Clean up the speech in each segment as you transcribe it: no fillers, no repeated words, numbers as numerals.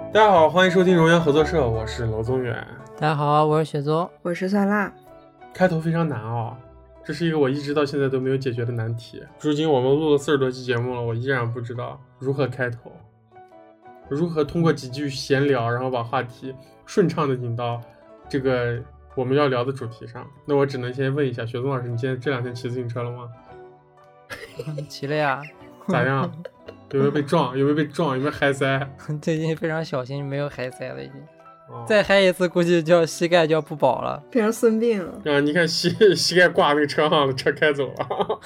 大家好，欢迎收听荣源合作社，我是娄宗远。 大家好，我是雪宗， 我是酸辣。 开头非常难啊，这是一个我一直到现在都没有解决的难题。如今我们录了40多期节目了，我依然不知道如何开头，如何通过几句闲聊，然后把话题顺畅的引到这个我们要聊的主题上。那我只能先问一下雪宗老师，你今天这2天骑自行车了吗？ 骑了呀。 咋样？有没有被撞？有没有嗨塞？ 最近非常小心，没有嗨塞了已经。再嗨一次，估计膝盖就要不保了， 变成孙膑了。 啊！你看膝盖挂那个车上了，车开走了。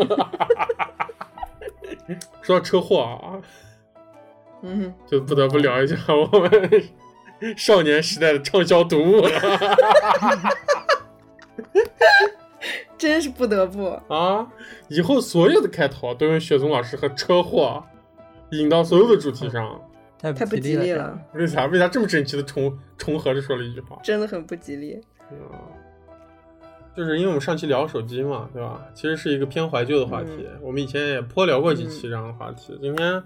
说到车祸啊，就不得不聊一下我们少年时代的畅销读物了。 真是不得不啊！以后所有的开头都用雪宗老师和车祸引到所有的主题上。 太不吉利了。 为啥这么整齐的重合着说了一句话？ 真的很不吉利。 就是因为我们上期聊手机嘛，对吧？其实是一个偏怀旧的话题。我们以前也颇聊过几期这样的话题。今天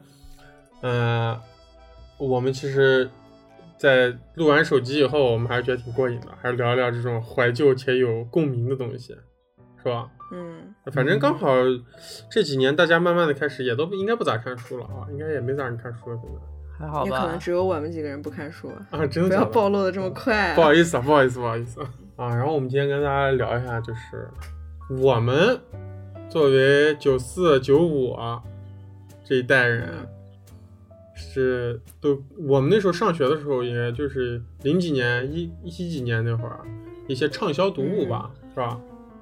我们其实在录完手机以后，我们还是觉得挺过瘾的，还是聊一聊这种怀旧且有共鸣的东西，是吧？反正刚好这几年大家慢慢的开始也都应该不咋看书了啊，应该也没咋人看书了，现在还好吧？ 也可能只有我们几个人不看书啊，真的不要暴露的这么快。 不好意思啊。然后我们今天跟大家聊一下，就是我们作为94、95这一代人，是都我们那时候上学的时候，应该就是00几年、17几年那会儿，一些畅销读物吧，是吧？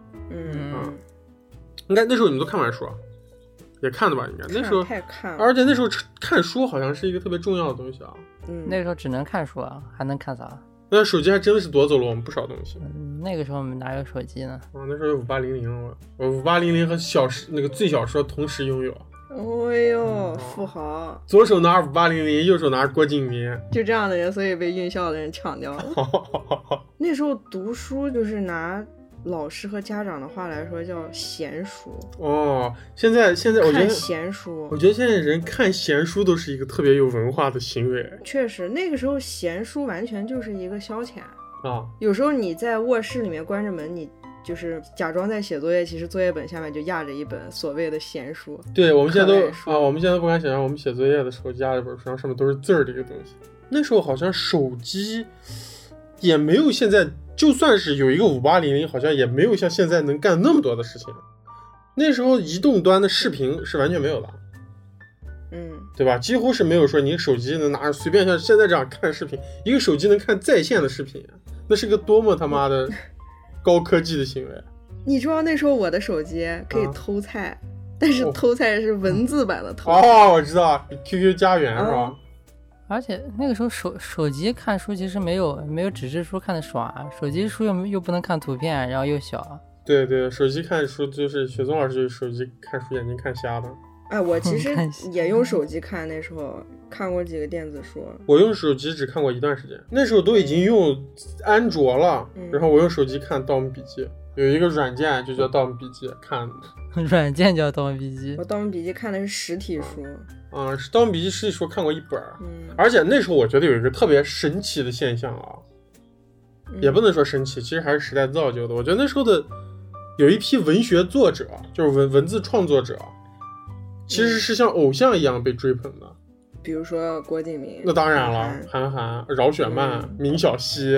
应该那时候你们都看完书，也看的吧？应该那时候太看了， 而且那时候看书好像是一个特别重要的东西啊。 那时候只能看书啊，还能看啥？ 那手机还真的是夺走了我们不少东西。 那个时候我们哪有手机呢？ 那时候有5800，我5800和那个最小说同时拥有。 哎呦，富豪！ 左手拿5800，右手拿郭敬明，就这样的人，所以被运校的人抢掉了。那时候读书就是拿老师和家长的话来说叫闲书现在我觉得看闲书， 我觉得现在人看闲书都是一个特别有文化的行为。 确实，那个时候闲书完全就是一个消遣啊。有时候你在卧室里面关着门，你就是假装在写作业，其实作业本下面就压着一本所谓的闲书。 对，我们现在都不敢想象，我们写作业的时候压着一本书，上面都是字儿的一个东西。那时候好像手机也没有现在。就算是有一个5800，好像也没有像现在能干那么多的事情。那时候移动端的视频是完全没有的，对吧？几乎是没有说你手机能拿着随便像现在这样看视频，一个手机能看在线的视频，那是个多么他妈的高科技的行为。 你知道那时候我的手机可以偷菜，但是偷菜是文字版的偷菜。 我知道 QQ 家园是吧？ 而且那个时候手机看书其实没有纸质书看的爽啊，手机书又不能看图片，然后又小。 对，手机看书就是雪宗老师就是手机看书眼睛看瞎的。 我其实也用手机看，那时候看过几个电子书。 我用手机只看过一段时间，那时候都已经用安卓了，然后我用手机看《盗墓笔记》，有一个软件就叫《盗墓笔记》，看软件叫《盗墓笔记》。 我《盗墓笔记》看的是实体书。 是《盗墓笔记》实体书看过一本，而且那时候我觉得有一个特别神奇的现象也不能说神奇，其实还是时代造就的。我觉得那时候的有一批文学作者，就是文字创作者，其实是像偶像一样被追捧的。 比如说郭敬明， 那当然了，韩寒、饶雪漫、明晓溪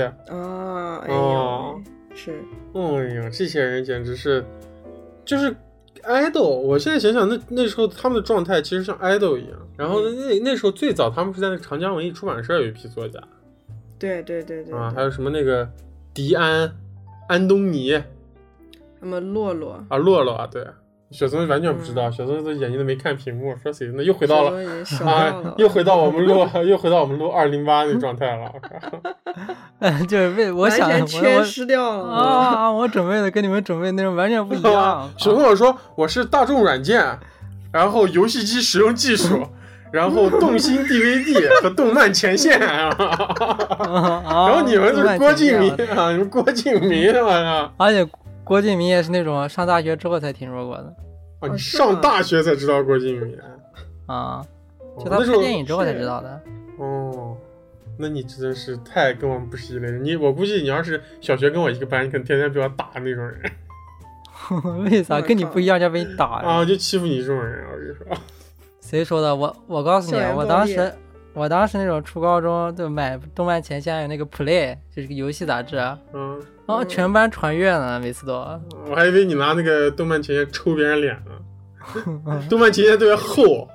是， 这些人简直是就是idol。我现在想想，那时候他们的状态其实像 idol 一样。然后那时候最早他们是在那个长江文艺出版社有一批作家， 对还有什么那个迪安、安东尼， 什么洛洛对。雪宗完全不知道，雪宗的眼睛都没看屏幕，说谁呢？又回到了又回到我们录208那状态了。 就是我想完全缺失掉了我准备的跟你们准备的内容完全不一样。 雪宗老师说我是大众软件，然后游戏机使用技术，然后动心 DVD 和动漫前线然后你们是郭敬明你们郭敬明而且郭敬明也是那种上大学之后才听说过的。 你上大学才知道郭敬明就他拍电影之后才知道的。 那你真的是太跟我们不是一类人。我估计你要是小学跟我一个班，你可能天天被我打那种人。 为啥跟你不一样就被你打啊？就欺负你这种人，我跟你说。 谁说的？我告诉你，我当时那种初高中就买动漫前线有那个 Play， 就是个游戏杂志，然后全班传阅呢，每次都。 我还以为你拿那个动漫前线抽别人脸呢。动漫前线特别厚。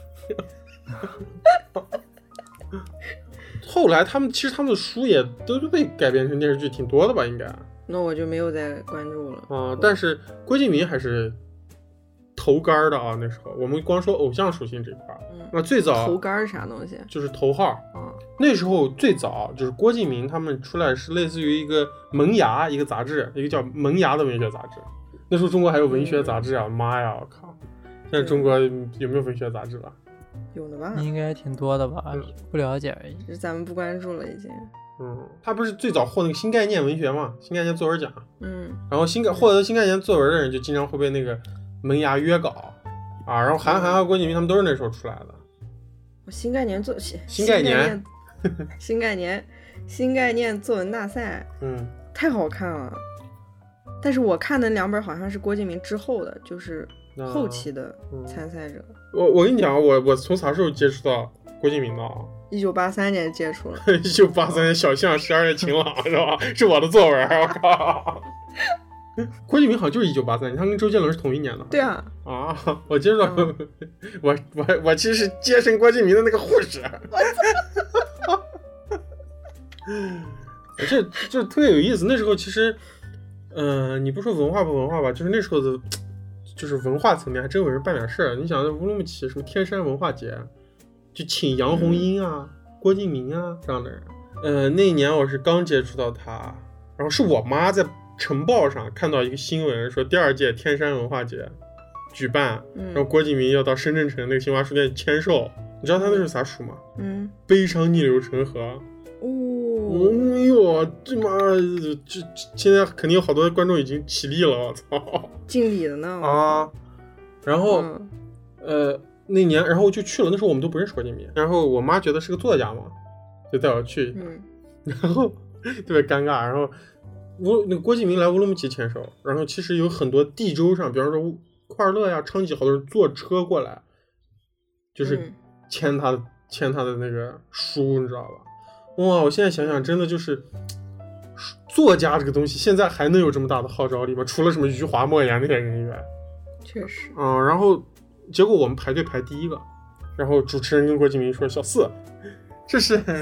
后来其实他们的书也都被改编成电视剧挺多的吧，应该。 那我就没有再关注了。 但是郭敬明还是头杆的啊。那时候我们光说偶像属性这块，那最早头杆是啥东西？ 就是头号。那时候最早就是郭敬明他们出来是类似于一个萌芽一个杂志，一个叫萌芽的文学杂志。那时候中国还有文学杂志啊，妈呀，我靠！现在中国有没有文学杂志吧？ 有的吧， 应该挺多的吧，不了解而已。 就是咱们不关注了已经。 他不是最早获那个新概念文学嘛，新概念作文奖。然后获得新概念作文的人就经常会被那个萌芽约稿啊。然后韩寒和郭敬明他们都是那时候出来的。 新概念作文大赛，太好看了。但是我看的2本好像是郭敬明之后的，就是后期的参赛者。 我跟你讲，我从啥时候接触到郭敬明的 ？1983年接触了。 1983年小巷12月晴朗是吧？是我的作文，我靠！郭敬明好像就是1983年，他跟周杰伦是同一年的。 对啊。 我接触到，我其实是接生郭敬明的那个护士。这特别有意思。那时候其实，你不说文化不文化吧，就是那时候的，就是文化层面还真有人办点事儿。你想，乌鲁木齐什么天山文化节，就请杨红樱啊、郭敬明啊这样的人。那一年我是刚接触到他，然后是我妈在晨报上看到一个新闻，说第2届天山文化节举办，然后郭敬明要到深圳城那个新华书店签售。你知道他那是啥书吗？悲伤逆流成河。哎呦，这妈，这现在肯定有好多观众已经起立了，我操！ 敬礼的呢然后那年然后就去了，那时候我们都不认识郭敬明，然后我妈觉得是个作家嘛，就带我去，然后特别尴尬。然后那个郭敬明来乌鲁木齐签售，然后其实有很多地州上，比方说库尔勒呀、昌吉，好多人坐车过来，就是签他的那个书，你知道吧？哇！我现在想想，真的就是作家这个东西，现在还能有这么大的号召力吗？除了什么余华、莫言那些人以外， 确实。 然后结果我们排队排第一个，然后主持人跟郭敬明说：“小四，这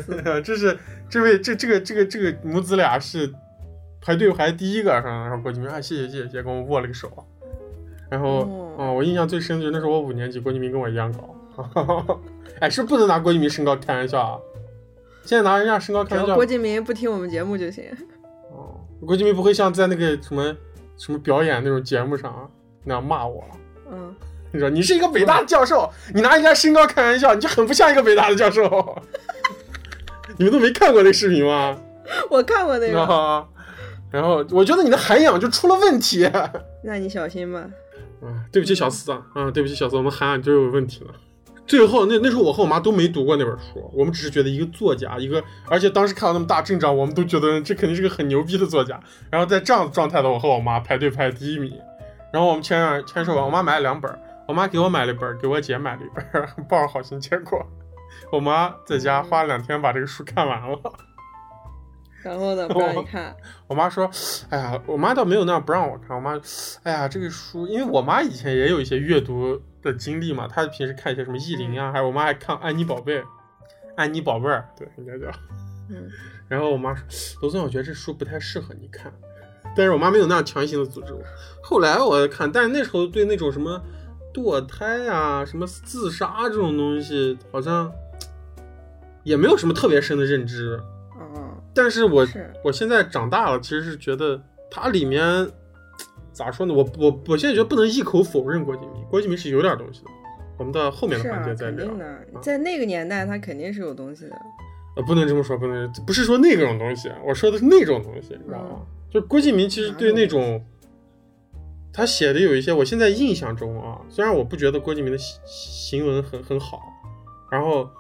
个母子俩是排队排第一个。”然后郭敬明谢谢，跟我们握了个手。然后我印象最深就是那时候我5年级，郭敬明跟我一样高。是不能拿郭敬明身高开玩笑啊！现在拿人家身高开玩笑， 郭敬明不听我们节目就行。 郭敬明不会像在那个什么表演那种节目上那样骂我。你说你是一个北大的教授，你拿人家身高开玩笑，你就很不像一个北大的教授。你们都没看过那视频吗？ 我看过那个。 然后我觉得你的涵养就出了问题。 那你小心吧。 对不起小四对不起小四，我们涵养就有问题了。最后那时候我和我妈都没读过那本书，我们只是觉得一个作家，而且当时看到那么大阵仗，我们都觉得这肯定是个很牛逼的作家。然后在这样的状态的我和我妈排队排第1名，然后我们签售完，我妈买了2本，我妈给我买了1本，给我姐买了1本，抱着好心。结果我妈在家花了2天把这个书看完了。 然后呢，不让你看。 我妈说：“哎呀，我妈倒没有那样不让我看。我妈，哎呀，这个书，因为我妈以前也有一些阅读的经历嘛，她平时看一些什么意林啊，还有我妈还看安妮宝贝儿，对，应该叫。然后我妈说：‘罗总，我觉得这书不太适合你看。’但是我妈没有那样强行的组织我。后来我看，但是那时候对那种什么堕胎啊、什么自杀这种东西，好像也没有什么特别深的认知。但是我现在长大了，其实是觉得它里面咋说呢？我现在觉得不能一口否认郭敬明是有点东西的。我们到后面的环节再聊。 肯定的，在那个年代，他肯定是有东西的。 不能这么说，不是说那种东西，我说的是那种东西，你知道吗？就郭敬明其实对那种他写的有一些，我现在印象中虽然我不觉得郭敬明的行文很好，然后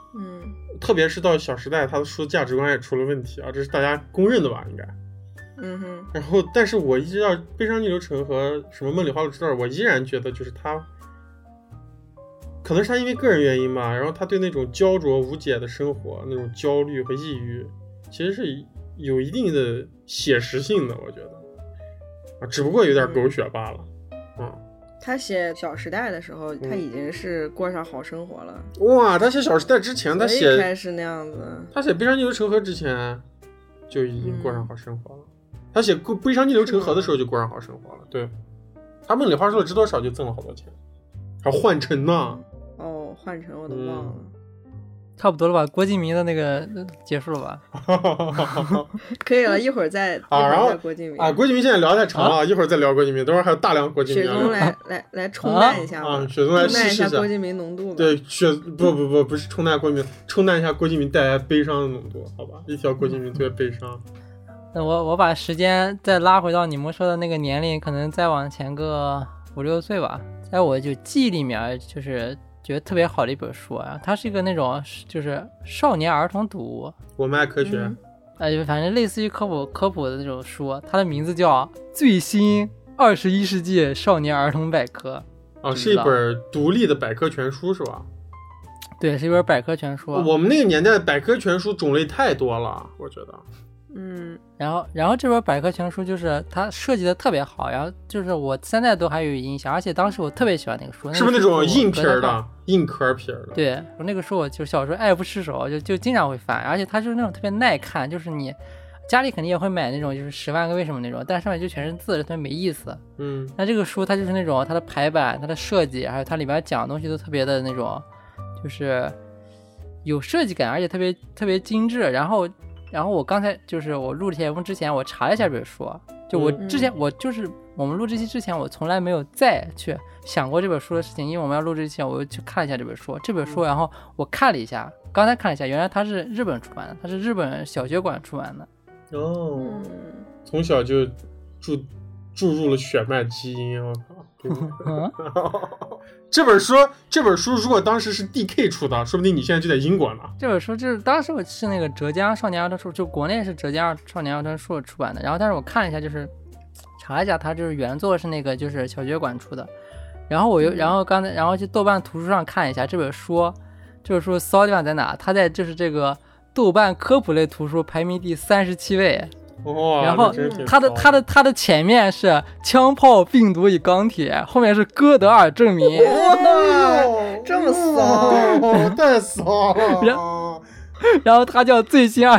特别是到《小时代》，他的书价值观也出了问题啊，这是大家公认的吧，应该。然后，但是我一直到《悲伤逆流成河》什么《梦里花落知多少》，我依然觉得就是他，可能是他因为个人原因吧，然后他对那种焦灼无解的生活那种焦虑和抑郁，其实是有一定的写实性的，我觉得啊，只不过有点狗血罢了。 他写《小时代》的时候，他已经是过上好生活了。 哇，他写《小时代》之前，他写开始那样子。 他写《悲伤逆流成河》之前就已经过上好生活了。他写《悲伤逆流成河》的时候就过上好生活了。对，他梦里花落知多少就挣了好多钱，还换乘呢。 换乘我都忘了。 差不多了吧？郭敬明的那个结束了吧？ 可以了，一会儿再然后郭敬明郭敬明现在聊太长了，一会儿再聊郭敬明，等会儿还有大量郭敬明。 雪松来冲淡一下雪松来试一下郭敬明浓度吧。 对，不是冲淡郭敬明，冲淡一下郭敬明带来悲伤的浓度，好吧？一条郭敬明特别悲伤。 那我把时间再拉回到你们说的那个年龄，可能再往前个5、6岁吧，在我就记忆里面就是觉得特别好的一本书啊，它是一个那种就是少年儿童读物。 我们爱科学， 反正类似于科普的那种书，它的名字叫《最新21世纪少年儿童百科》。 是一本独立的百科全书是吧？ 对，是一本百科全书。 我们那个年代百科全书种类太多了，我觉得。 然后这本百科全书就是它设计的特别好，然后就是我现在都还有印象，而且当时我特别喜欢那个书。 是不是那种硬皮的、硬壳皮的？ 对，那个书我就小时候爱不释手，就经常会翻，而且它就是那种特别耐看，就是你家里肯定也会买那种就是10万个为什么那种，但上面就全是字，特别没意思。那这个书它就是那种它的排版、它的设计，还有它里边讲的东西都特别的那种，就是有设计感，而且特别精致。然后我刚才就是我录节目之前，我查了一下这本书，就我之前我就是我们录这期之前，我从来没有再去想过这本书的事情，因为我们要录这期前，我又去看了一下这本书，然后我看了一下，刚才看了一下，原来它是日本出版的，它是日本小学馆出版的。 从小就注入了血脉基因，我靠！这本书如果当时是 DK 出的，说不定你现在就在英国呢。 这本书就是当时我是那个浙江少年儿童书，就国内是浙江少年儿童书出版的，然后但是我看了一下，就是查了一下，它就是原作是那个就是小学馆出的，然后然后去豆瓣图书上看了一下这本书骚地方在哪？它在就是这个豆瓣科普类图书排名第37位。然后它的前面是枪炮、病毒与钢铁，后面是哥德尔证明。 这么骚， 太骚了。 然后它叫最新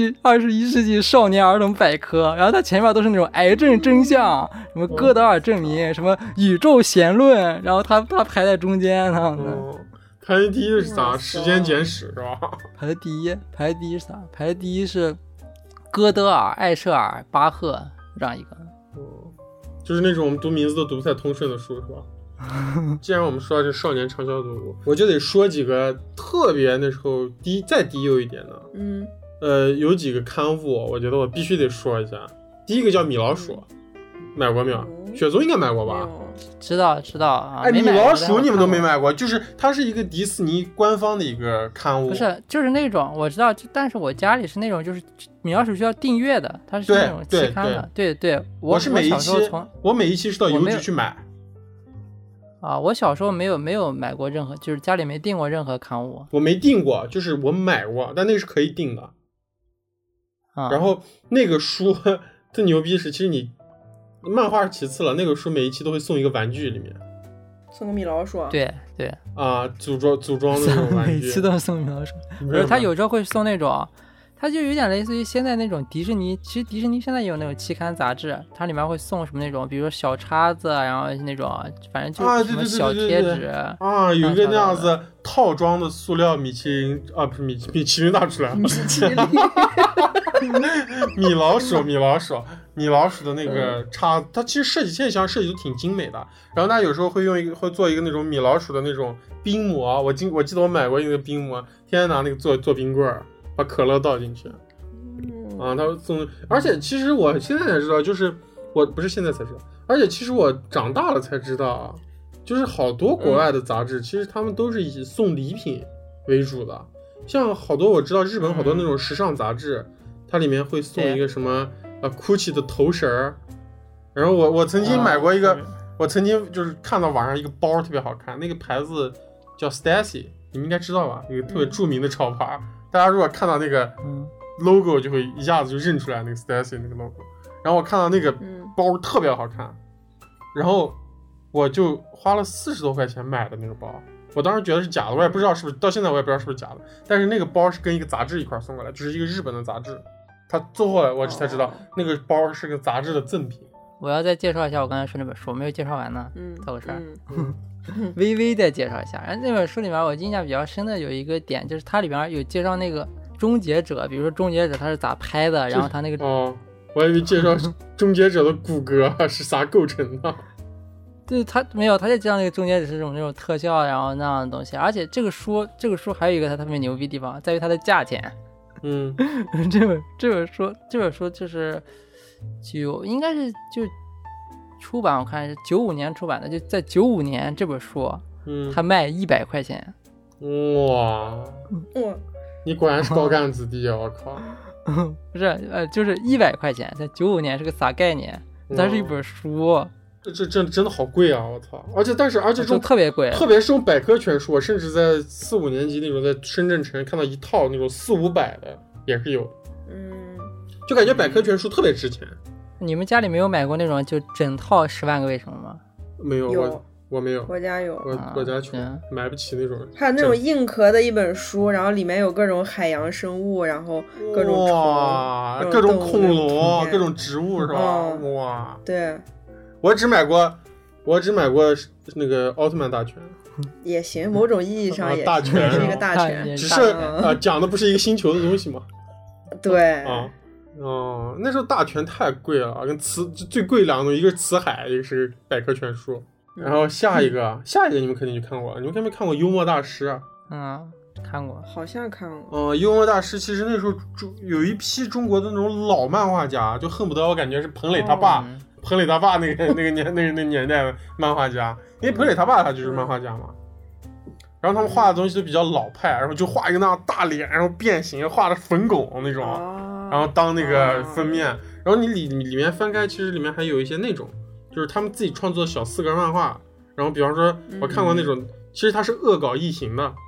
21世纪少年儿童百科，然后它前面都是那种癌症真相，什么哥德尔证明，什么宇宙弦论，然后它排在中间那样子。 排第一是啥？时间简史是吧？ 排的第一是啥？排的第一是哥德尔、艾舍尔、巴赫这样一个。 就是那种我们读名字都读不太通顺的书是吧？既然我们说到这少年畅销读物，我就得说几个特别那时候再低幼一点的。有几个刊物我觉得我必须得说一下。第一个叫米老鼠，买过没有？雪松应该买过吧？ 知道啊。 米老鼠你们都没买过，就是它是一个迪士尼官方的一个刊物。 不是，就是那种我知道，但是我家里是那种就是米老鼠需要订阅的，它是那种期刊的。对， 我是每一期是到邮局去买。 我小时候没有买过任何，就是家里没订过任何刊物。 我没订过，就是我买过，但那个是可以订的。然后那个书最牛逼是，其实你漫画其次了，那个书每一期都会送一个玩具，里面送个米老鼠。 对组装的那种玩具， 每期都送米老鼠。不是，他有时候会送那种，它就有点类似于现在那种迪士尼，其实迪士尼现在也有那种期刊杂志，它里面会送什么那种，比如说小叉子，然后那种反正就什么小贴纸有一个那样子套装的塑料米其林不是米其林大出来了，米老鼠的那个叉，它其实设计现象设计都挺精美的。然后它有时候会做一个那种米老鼠的那种冰膜，我记得我买过一个冰膜，天天拿那个做冰棍儿。把可乐倒进去，他送。而且其实我现在才知道，就是我不是现在才知道，而且其实我长大了才知道，就是好多国外的杂志，其实他们都是以送礼品为主的。 像好多我知道日本好多那种时尚杂志，它里面会送一个什么GUCCI 的头绳儿。然后我曾经买过一个，我曾经就是看到网上一个包特别好看，那个牌子叫 Stacy， 你们应该知道吧？一个特别著名的潮牌，大家如果看到那个 logo 就会一下子就认出来那个 Stacy 那个 logo。然后我看到那个包特别好看，然后我就花了40多块钱买的那个包。我当时觉得是假的，我也不知道是不是，到现在我也不知道是不是假的。但是那个包是跟一个杂志一块送过来，就是一个日本的杂志。他最后来我才知道，那个包是个杂志的赠品。 我要再介绍一下我刚才说那本书，没有介绍完呢，凑个事儿。微微再介绍一下。然后那本书里面我印象比较深的有一个点，就是它里边有介绍那个终结者，比如说终结者他是咋拍的，然后他那个我还以为介绍终结者的骨骼是啥构成的。 对，他没有，他就介绍那个终结者是那种特效，然后那样的东西。而且这个书还有一个它特别牛逼的地方，在于它的价钱。这本书就是应该是就出版，我看是95年出版的，就在95年这本书，它卖100块钱。 哇，你果然是高干子弟啊！我靠， 不是就是100块钱，在95年是个啥概念？它是一本书。 这真的好贵啊！我操！而且这种特别贵， 特别是这种百科全书，我甚至在4、5年级那种，在深圳城看到一套那种400、500的也是有。就感觉百科全书特别值钱。 你们家里没有买过那种就整套10万个为什么吗？ 没有，我没有， 我家有， 我家穷，买不起那种。 还有那种硬壳的一本书，然后里面有各种海洋生物，然后各种虫， 各种恐龙，各种植物是吧？哇， 对。 我只买过那个奥特曼大全， 也行，某种意义上也大全是一个大全， 只是讲的不是一个星球的东西嘛。 对那时候大全太贵了，跟最贵两种，一个是辞海，一个是百科全书。然后下一个你们肯定就看过了，你们有没有看过幽默大师？ 看过， 好像看过。 幽默大师其实那时候有一批中国的那种老漫画家，就恨不得我感觉是彭磊他爸。彭磊他爸那个年代的漫画家，因为彭磊他爸他就是漫画家嘛，然后他们画的东西都比较老派，然后就画一个那样大脸，然后变形，画的粉拱那种，然后当那个封面，然后你里面翻开，其实里面还有一些那种，就是他们自己创作的小4格漫画，然后比方说我看过那种，其实他是恶搞异形的。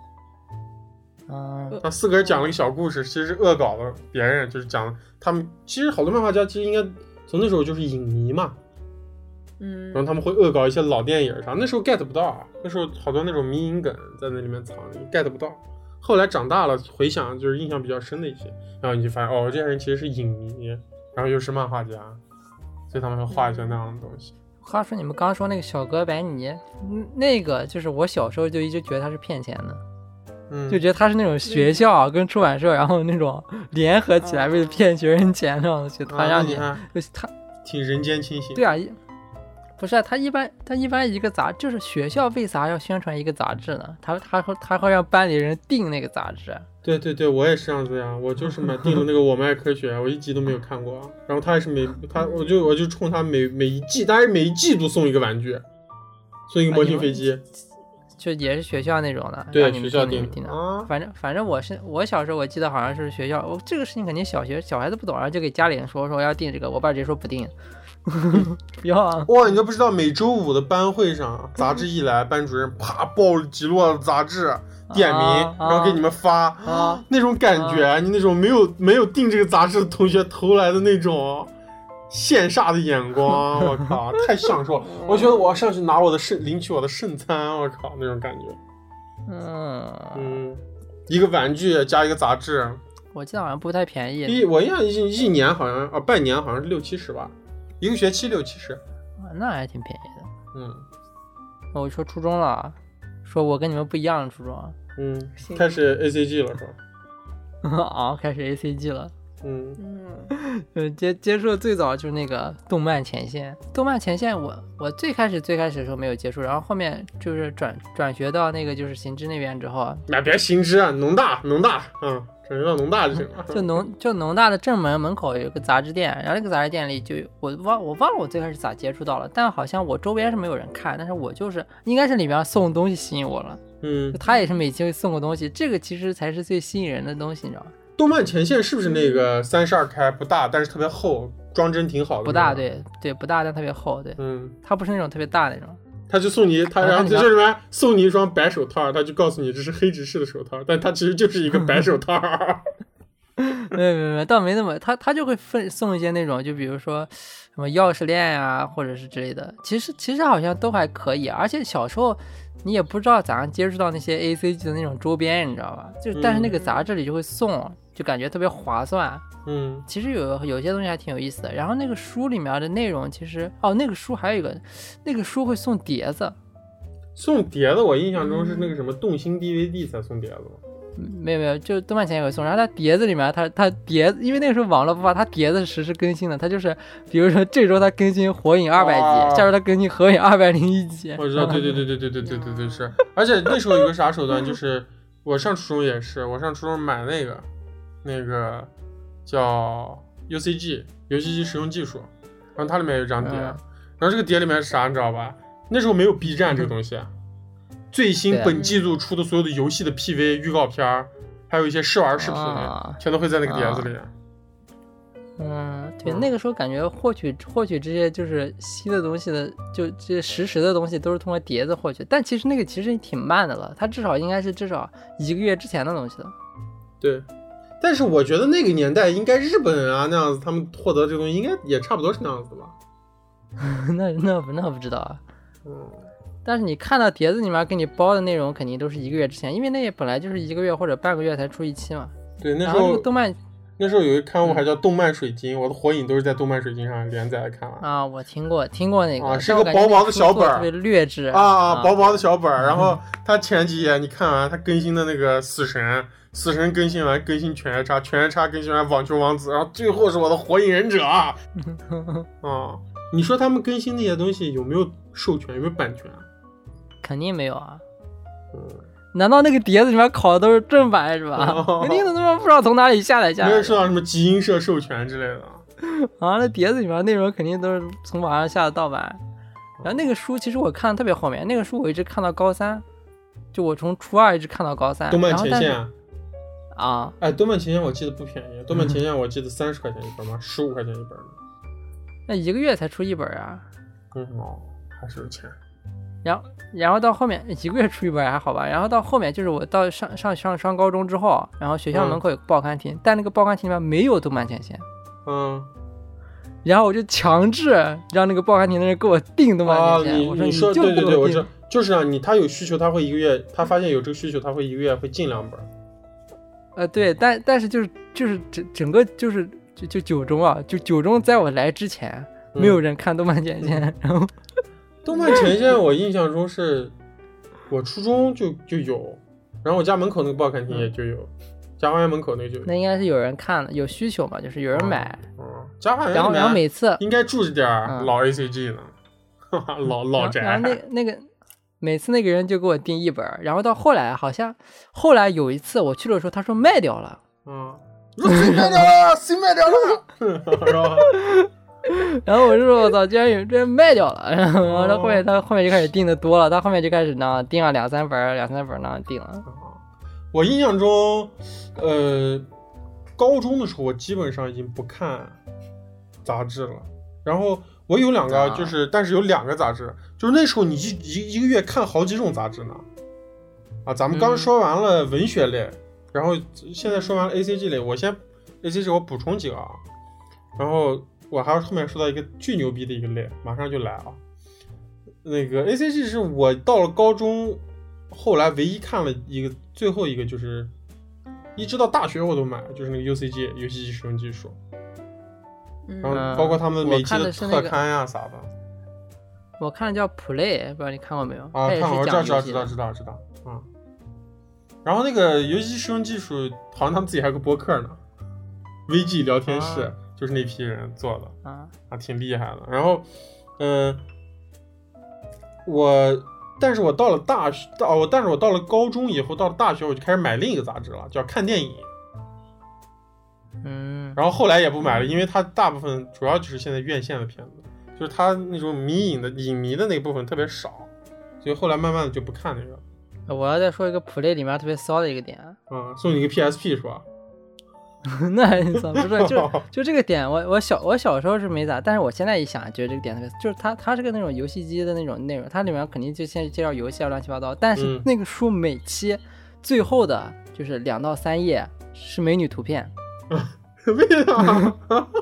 他4格讲了一个小故事，其实是恶搞的别人，就是讲他们其实好多漫画家其实应该从那时候就是影迷嘛，然后他们会恶搞一些老电影啥，那时候 get 不到，那时候好多那种迷因梗在那里面藏，你 get 不到。后来长大了回想，就是印象比较深的一些，然后你就发现这些人其实是影迷，然后又是漫画家，所以他们会画一些那样的东西。 话说你们刚刚说那个小哥白尼，那个就是我小时候就一直觉得他是骗钱的。就觉得他是那种学校跟出版社然后那种联合起来为了骗学生钱这样的去，他让你他挺人间清醒。 对啊，不是他一般一个杂志，就是学校为啥要宣传一个杂志呢？他会让班里人订那个杂志。 对，我也是这样子呀，我就是订了那个我们爱科学，我一集都没有看过，然后他也是我就冲他每一季，大概每一季都送一个玩具，送一个模型飞机。 就也是学校那种的， 对，学校订的。反正我小时候我记得好像是学校，这个事情肯定小孩子不懂，然后就给家里人说要订这个，我爸直接说不订，不要啊！ 哇，你都不知道每周5的班会上，杂志一来，班主任啪抱了几摞杂志，点名，然后给你们发，那种感觉，你那种没有订这个杂志的同学投来的那种羡煞的眼光，我靠，太享受！我觉得我要上去拿领取我的圣餐，我靠，那种感觉。一个玩具加一个杂志， 我记得好像不太便宜。 我印象一年好像半年好像是60-70吧，一个学期60-70， 那还挺便宜的。我说初中了，说我跟你们不一样，初中。 开始 ACG 了是吧？开始 ACG 了。接触的最早就是那个动漫前线。动漫前线我最开始的时候没有接触，然后后面就是转学到那个就是行知那边之后， 别行知啊，农大， 转学到农大就行了。 就农大的正门口有个杂志店，然后那个杂志店里就我忘了我最开始咋接触到了，但好像我周边是没有人看，但是我就是应该是里面送东西吸引我了。他也是每期会送个东西，这个其实才是最吸引人的东西，你知道吗？ 动漫前线是不是那个32开不大，但是特别厚，装帧挺好的？ 不大，对，不大但特别厚，对，它不是那种特别大那种。 他就送你然后这里面送你一双白手套，他就告诉你这是黑执事的手套，但他其实就是一个白手套。 没，倒没那么，他就会送一些那种，就比如说什么钥匙链啊，或者是之类的。其实好像都还可以，而且小时候你也不知道咋样接触到那些 ACG 的那种周边，你知道吧？但是那个杂志里就会送，就感觉特别划算。其实有些东西还挺有意思的。然后那个书里面的内容其实那个书还有一个，那个书会送碟子。 送碟子，我印象中是那个什么动心 DVD 才送碟子。 没有，就动漫前也会送。然后它碟子里面，它碟子，因为那个时候网络不发，它碟子是实时更新的。它就是比如说这周它更新火影200集，下周它更新火影201集。 我知道，对是。而且那时候有个啥手段，就是我上初中也是，我上初中买那个叫 UCG 游戏机使用技术，然后它里面有一张碟，然后这个碟里面是啥你知道吧？那时候没有 B 站这个东西，最新本季度出的所有的游戏的 PV 预告片，还有一些试玩视频，全都会在那个碟子里。 对，那个时候感觉获取这些就是新的东西的，就这些实时的东西都是通过碟子获取，但其实那个其实挺慢的了，它至少1个月之前的东西了。 对，但是我觉得那个年代应该日本人啊那样子，他们获得这个东西应该也差不多是那样子的吧？ 那不知道啊。但是你看到碟子里面给你包的内容肯定都是1个月之前，因为那本来就是1个月或者半个月才出一期嘛。 对，那时候动漫。 那时候有一个刊物还叫动漫水晶，我的火影都是在动漫水晶上连载看完啊。我听过那个是个薄薄的小本， 特别劣质薄薄的小本。然后它前几页你看完它更新的那个死神更新完，更新犬夜叉更新完网球王子，然后最后是我的火影忍者你说他们更新那些东西有没有授权，有没有版权？ 肯定没有啊。难道那个碟子里面拷的都是正版是吧？肯定的，他妈不知道从哪里下来。 没有受到什么集英社授权之类的。 那碟子里面内容肯定都是从网上下的盗版。然后那个书其实我看的特别后面，那个书我一直看到高3，就我从初2一直看到高3。 动漫前线动漫前线我记得不便宜，动漫前线我记得30块钱一本吗？15块钱一本呢。 那1个月才出一本啊。 还是有钱。 然后到后面1个月出一本还好吧，然后到后面就是我到上高中之后，然后学校门口有个报刊亭，但那个报刊亭里面没有动漫前线。然后我就强制让那个报刊亭的人给我订动漫前线。 你说对，我知道，就是他有需求，他会1个月，他发现有这个需求，他会1个月会进2本。 对，但是就是整个就9中就9中在我来之前没有人看动漫前线，然后。 动漫前线我印象中是我初中就有，然后我家门口那个报刊亭也就有，家花园门口那个就有。 那应该是有人看了，有需求嘛，就是有人买。 家花园然后每次应该住着点老 ACG 呢，老宅。 然后那个每次那个人就给我订一本，然后到后来后来有一次我去的时候，他说卖掉了。 新卖掉了，是吧？ 然后我就说我操，居然卖掉了。然后他后面就开始订的多了，他后面就开始呢订了2、3本呢订了。 我印象中高中的时候我基本上已经不看杂志了，然后我有2个就是但是有2个杂志，就是那时候你一个月看好几种杂志呢。咱们刚说完了文学类，然后现在说完了 ACG 类，我先 ACG 我补充几个然后我还后面说到一个巨牛逼的一个类，马上就来那个 ACG 是我到了高中后来唯一看了最后一个，就是一直到大学我都买，就是那个 UCG 游戏机使用技术，然后包括他们每期的特刊呀啥的。 我看的叫 Play， 不知道你看过没有？ 看过，知道。然后那个游戏机使用技术好像他们自己还有个播客呢，VG 聊天室。就是那批人做的挺厉害的。然后但是我到了但是我到了高中以后，到了大学我就开始买另一个杂志了，叫看电影。 然后后来也不买了，因为它大部分主要就是现在院线的片子，就是它那种影迷的那个部分特别少，所以后来慢慢的就不看那个。 我要再说一个 Play 里面特别骚的一个点， 送你一个 PSP 是吧？ 那很骚，不是就这个点，我小时候是没咋，但是我现在一想，觉得这个点特别，就是它是个那种游戏机的那种内容，它里面肯定就先介绍游戏啊乱七八糟，但是那个书每期最后的就是2到3页是美女图片， 为啥？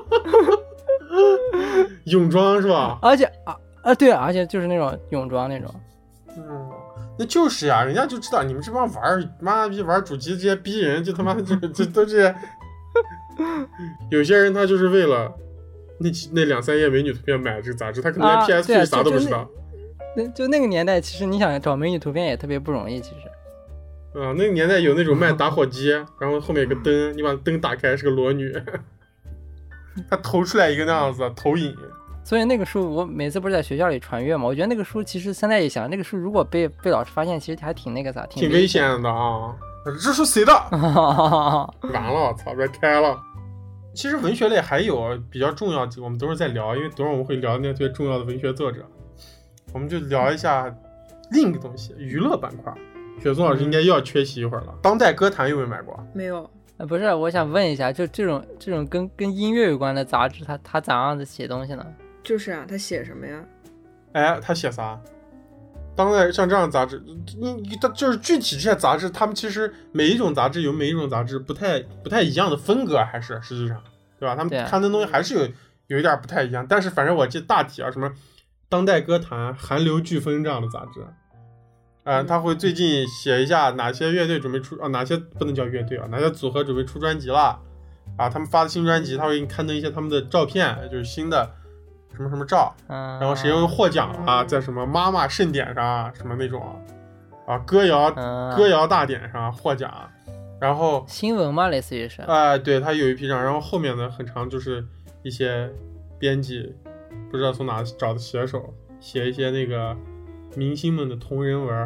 泳装是吧？ 而且对，而且就是那种泳装那种。 那就是呀，人家就知道你们这帮玩主机这些逼人，就他妈这都是。有些人他就是为了那2、3页美女图片买这个杂志，他可能连 PSP 啥都不知道。 就那个年代，其实你想找美女图片也特别不容易，其实。 那个年代有那种卖打火机，然后后面有个灯，你把灯打开是个裸女，他投出来一个那样子投影。 所以那个书我每次不是在学校里传阅嘛，我觉得那个书其实现在一想，那个书如果被老师发现，其实还挺那个啥， 挺危险的啊！这书谁的？完了，我操，别开了。其实文学类还有比较重要，我们等会儿再聊，因为等会儿我们会聊那些特别重要的文学作者，我们就聊一下另一个东西，娱乐板块。雪松老师应该又要缺席一会儿了。当代歌坛有没有买过？ 没有。 不是，我想问一下，就这种跟音乐有关的杂志，他咋样子写东西呢？ 就是啊，他写什么呀？ 他写啥？当代像这样的杂志，就是具体这些杂志，他们其实每一种杂志有每一种杂志不太一样的风格，还是实际上，对吧？他们看的东西还是有一点不太一样，但是反正我记得大体啊，什么当代歌坛、韩流飓风这样的杂志，他会最近写一下哪些乐队准备出哪些不能叫乐队啊，哪些组合准备出专辑了他们发的新专辑，他会给你刊登一些他们的照片，就是新的什么什么照，然后谁又获奖了在什么妈妈盛典上什么那种歌谣大典上获奖，然后新闻嘛，类似于是对，他有一批然后后面呢很长就是一些编辑不知道从哪找的写手写一些那个明星们的同人文。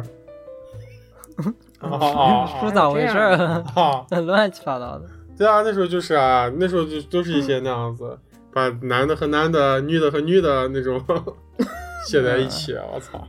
书咋回事乱七八糟的。 对啊，那时候就是那时候就都是一些那样子把男的和男的女的和女的那种写在一起我操。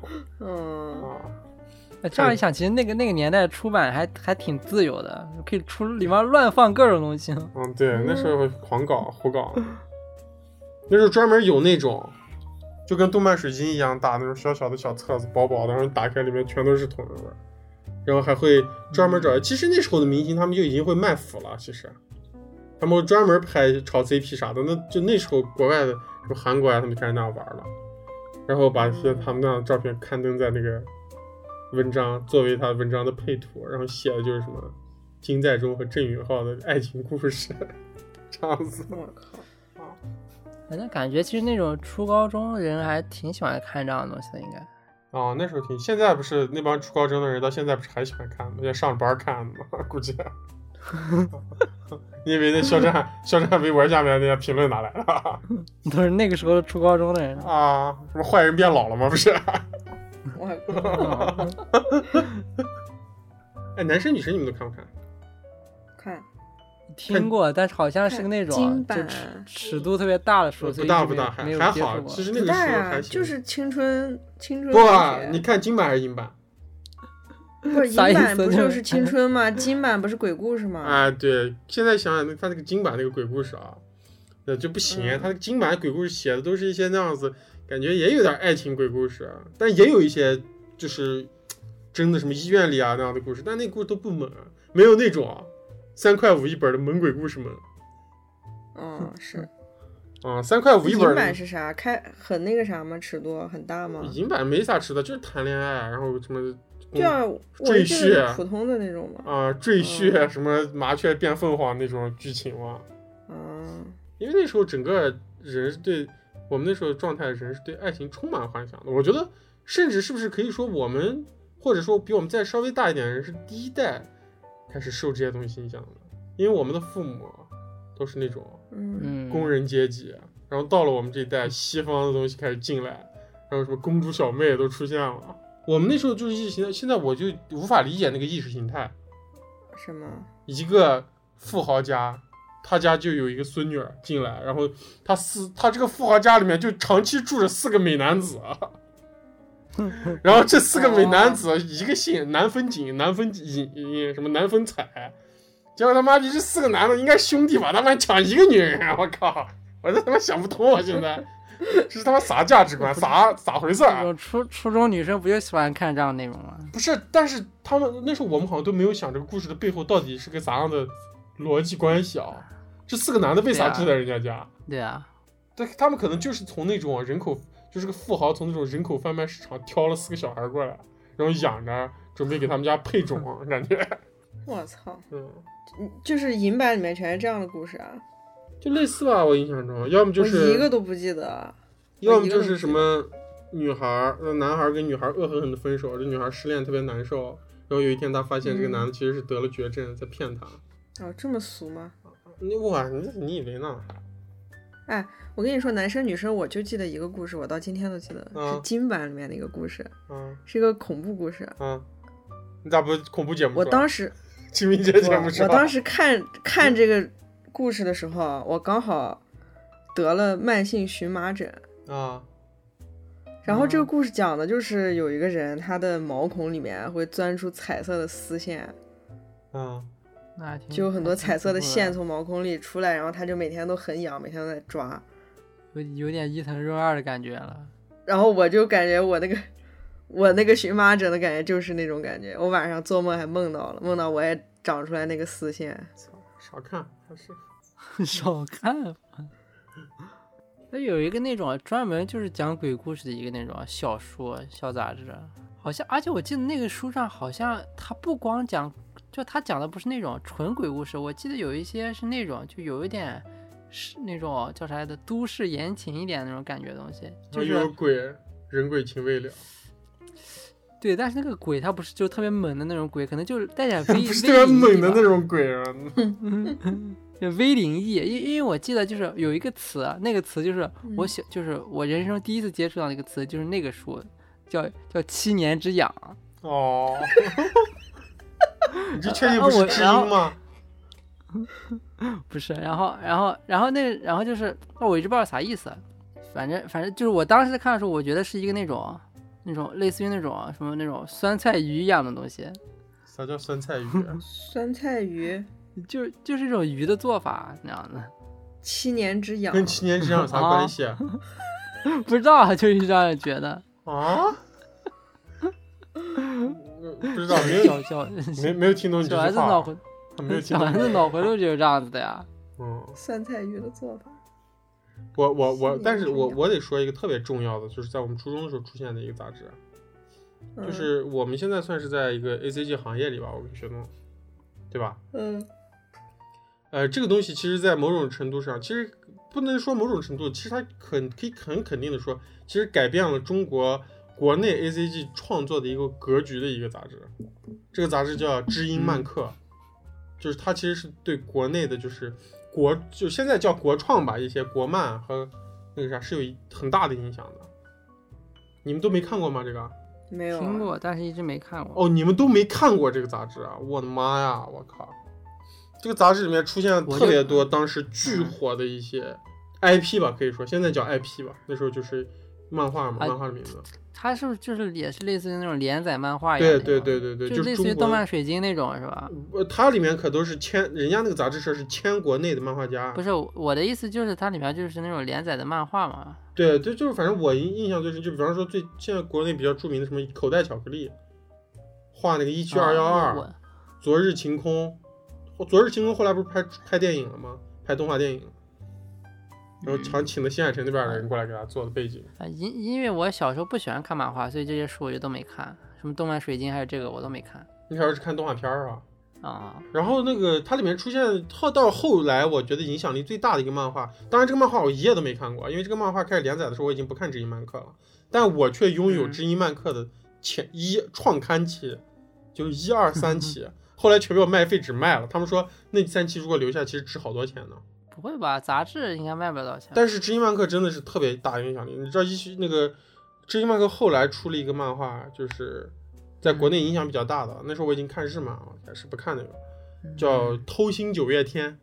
这样一想，其实那个年代出版还挺自由的，可以出里面乱放各种东西。 对，那时候狂搞胡搞。那时候专门有那种就跟动漫水晶一样大那种小小的小册子，薄薄的，然后打开里面全都是同人文，然后还会专门找。其实那时候的明星他们就已经会卖腐了，其实他们专门拍炒 CP 啥的，那时候国外的什么韩国他们就开始那样玩了，然后把一些他们那样的照片刊登在那个文章，作为他文章的配图，然后写的就是什么金在中和郑允浩的爱情故事，这样子。 我靠！ 那感觉其实那种初高中人还挺喜欢看这样的东西的，应该。 那时候挺，现在不是那帮初高中的人到现在不是还喜欢看吗？也上班看的吗？估计。因为那肖战微博下面那些评论哪来的？ 都是那个时候初高中的人什么坏人变老了吗？不是。男生女生你们都看不看？ 看。 听过，但是好像是那种就尺度特别大的书， 不大还好。其实那个时候还行， 就是青春。 不你看金版还是银版？ 不是银版不就是青春吗？金版不是鬼故事吗？ 对，现在想想他那个金版那个鬼故事就不行。他那个金版鬼故事写的都是一些那样子，感觉也有点爱情鬼故事，但也有一些就是真的什么医院里那样的故事，但那故事都不猛，没有那种3块5一本的猛鬼故事猛。 是。 3块5一本。 银版是啥？很那个啥吗？尺度很大吗？ 银版没啥尺度，就是谈恋爱，然后什么赘婿，普通的那种吗？ 赘婿什么麻雀变凤凰那种剧情嘛。因为那时候整个人对我们那时候状态，人是对爱情充满幻想的。我觉得，甚至是不是可以说我们，或者说比我们再稍微大一点的人，是第一代开始受这些东西影响的，因为我们的父母都是那种工人阶级，然后到了我们这一代，西方的东西开始进来，然后什么公主小妹都出现了。我们那时候就是意识形态，现在我就无法理解那个意识形态。 什么？ 一个富豪家他家就有一个孙女进来，然后他这个富豪家里面就长期住着4个美男子然后这4个美男子一个姓南分景、南分尹什么南分彩，结果他妈逼这4个男的应该兄弟吧，他妈抢一个女人，我靠，我这他妈想不通啊！现在这是他妈啥价值观，咋回事啊？ 初中女生不就喜欢看这样的内容吗？ 不是，但是他们那时候我们好像都没有想这个故事的背后到底是个咋样的逻辑关系啊？这4个男的为啥住在人家家？ 对啊， 对，他们可能就是从那种人口。就是个富豪从那种人口贩卖市场挑了4个小孩过来，然后养着，准备给他们家配种，感觉。 我操！就是银版里面全是这样的故事啊。 就类似吧，我印象中，要么就是我一个都不记得， 要么就是什么男孩跟女孩恶狠狠的分手，这女孩失恋特别难受，然后有一天她发现这个男的其实是得了绝症，在骗她。 哦，这么俗吗？ 你以为呢？ 哎，我跟你说，男生女生我就记得一个故事，我到今天都记得，是金版里面的一个故事，是一个恐怖故事。 你咋不恐怖节目？ 我当时清明节节目我当时看这个故事的时候，我刚好得了慢性荨麻疹啊。 然后这个故事讲的就是有一个人，他的毛孔里面会钻出彩色的丝线。就有很多彩色的线从毛孔里出来，然后他就每天都很痒，每天都在抓， 有点伊藤润二的感觉了。 然后我就感觉我那个荨麻疹的感觉就是那种感觉，我晚上做梦还梦到我也长出来那个丝线。 少看还是少看。那有一个那种专门就是讲鬼故事的一个那种小说小杂志，好像而且我记得那个书上好像他不光讲。就他讲的不是那种纯鬼故事，我记得有一些是那种就有一点是那种叫啥来的都市言情一点那种感觉的东西，就是有鬼人鬼情未了。 对，但是那个鬼他不是就特别猛的那种鬼，可能就带点微不是特别猛的那种鬼啊， 就微灵异。因为我记得就是有一个词，那个词就是就是我人生第一次接触到那个词，就是那个书叫7年之痒。 哦。你这确定不是知音吗？ 不是，然后就是我一直不知道啥意思，反正就是我当时看的时候，我觉得是一个那种类似于那种什么那种酸菜鱼一样的东西。 啥叫酸菜鱼？ 酸菜鱼就是一种鱼的做法那样的。 7年之痒跟7年之痒有啥关系？ 不知道，就是这样觉得啊。不知道，没有听懂你这句话。 小孩子脑回路就是这样子的呀。 酸菜鱼的做法。 但是我得说一个特别重要的，就是在我们初中的时候出现的一个杂志，就是我们现在算是在一个 ACG 行业里吧，我跟学东，对吧？这个东西其实在某种程度上，其实不能说某种程度，其实它可以很肯定的说，其实改变了中国内 ACG 创作的一个格局的一个杂志。这个杂志叫知音漫客，就是它其实是对国内的就现在叫国创吧，一些国漫和那个啥是有很大的影响的。你们都没看过吗？这个没有听过，但是一直没看过。 哦，你们都没看过这个杂志啊？我的妈呀，我靠！这个杂志里面出现了特别多当时巨火的一些 IP 吧，可以说现在叫 IP 吧，那时候就是漫画嘛，漫画的名字。 它是不是就是也是类似于那种连载漫画一样的？ 对， 就类似于动漫水晶那种是吧？ 它里面可都是人家那个杂志社是签国内的漫画家。 不是我的意思，就是它里面就是那种连载的漫画嘛。 对，就是反正我印象最深，就比方说现在国内比较著名的什么口袋巧克力，画那个17212，昨日晴空，昨日晴空后来不是拍电影了吗？拍动画电影。然后请的新海诚那边的人过来给他做的背景。 因为我小时候不喜欢看漫画，所以这些书我就都没看，什么动漫水晶还有这个我都没看。 你小时候是看动画片啊？ 然后那个它里面出现到后来，我觉得影响力最大的一个漫画，当然这个漫画我一页都没看过，因为这个漫画开始连载的时候我已经不看知音漫客了，但我却拥有知音漫客的创刊期，就是1、2、3期，后来全被我卖废纸卖了。他们说那3期如果留下，其实值好多钱呢。 不会吧？杂志应该卖不了多少钱。 但是知音漫客真的是特别大影响力。你知道那个知音漫客后来出了一个漫画，就是在国内影响比较大的。那时候我已经看日漫了，还是不看那个，叫《偷心九月天》。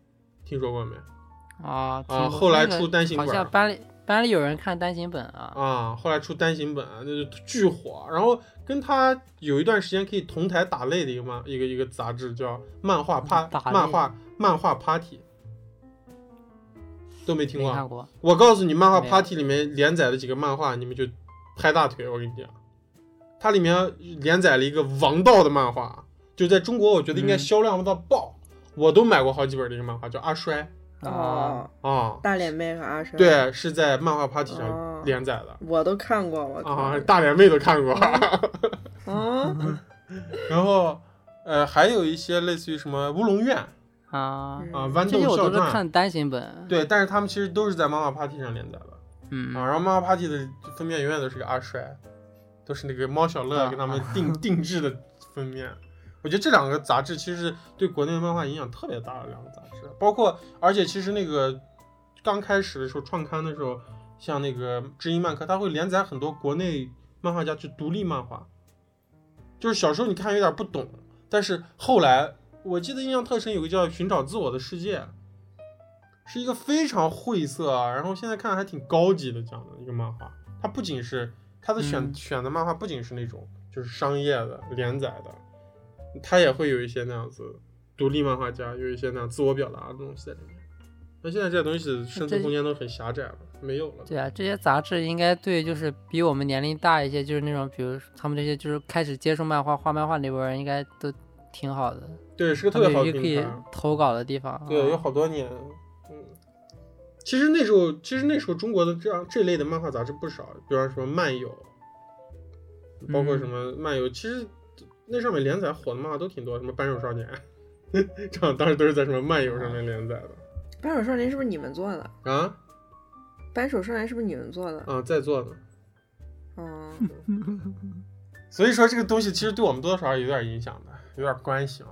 听说过没？ 啊， 后来出单行本， 好像班里有人看单行本啊，后来出单行本，那就巨火。然后跟他有一段时间可以同台打擂的一个杂志叫漫画 Party， 都没听过。 没看过。 我告诉你，漫画 Party 里面连载的几个漫画，你们就拍大腿。我跟你讲，它里面连载了一个王道的漫画，就在中国我觉得应该销量到爆，我都买过好几本的一个漫画，叫阿衰。 大脸妹和阿衰， 对，是在漫画 Party 上连载的， 我都看过， 大脸妹都看过。然后还有一些类似于什么乌龙院豌豆笑传， 我都是看单行本。 对，但是他们其实都是在漫画 Party 上连载的。然后漫画 Party 的封面永远都是个阿衰，都是那个猫小乐给他们定制的封面。我觉得这两个杂志其实对国内的漫画影响特别大的两个杂志，而且其实那个刚开始的时候创刊的时候，像那个知音漫客，它会连载很多国内漫画家就独立漫画，就是小时候你看有点不懂，但是后来我记得印象特深，有个叫《寻找自我的世界》，是一个非常晦涩然后现在看还挺高级的这样的一个漫画。它不仅是它的选的漫画不仅是那种就是商业的连载的，他也会有一些那样子独立漫画家有一些那样自我表达的东西在里面。那现在这些东西生存空间都很狭窄了，没有了。 对啊，这些杂志应该对就是比我们年龄大一些，就是那种比如他们这些就是开始接触漫画画漫画那波人应该都挺好的。 对，是个特别好的平台，可以投稿的地方。 对，有好多年。其实那时候中国的这类的漫画杂志不少，比方什么漫友，包括什么漫友，其实那上面连载火的漫画都挺多，什么扳手少年这样当时都是在什么漫友上面连载的。 扳手少年是不是你们做的啊？ 扳手少年是不是你们做的在做的。所以说这个东西其实对我们多多少少有点影响的，有点关系嘛。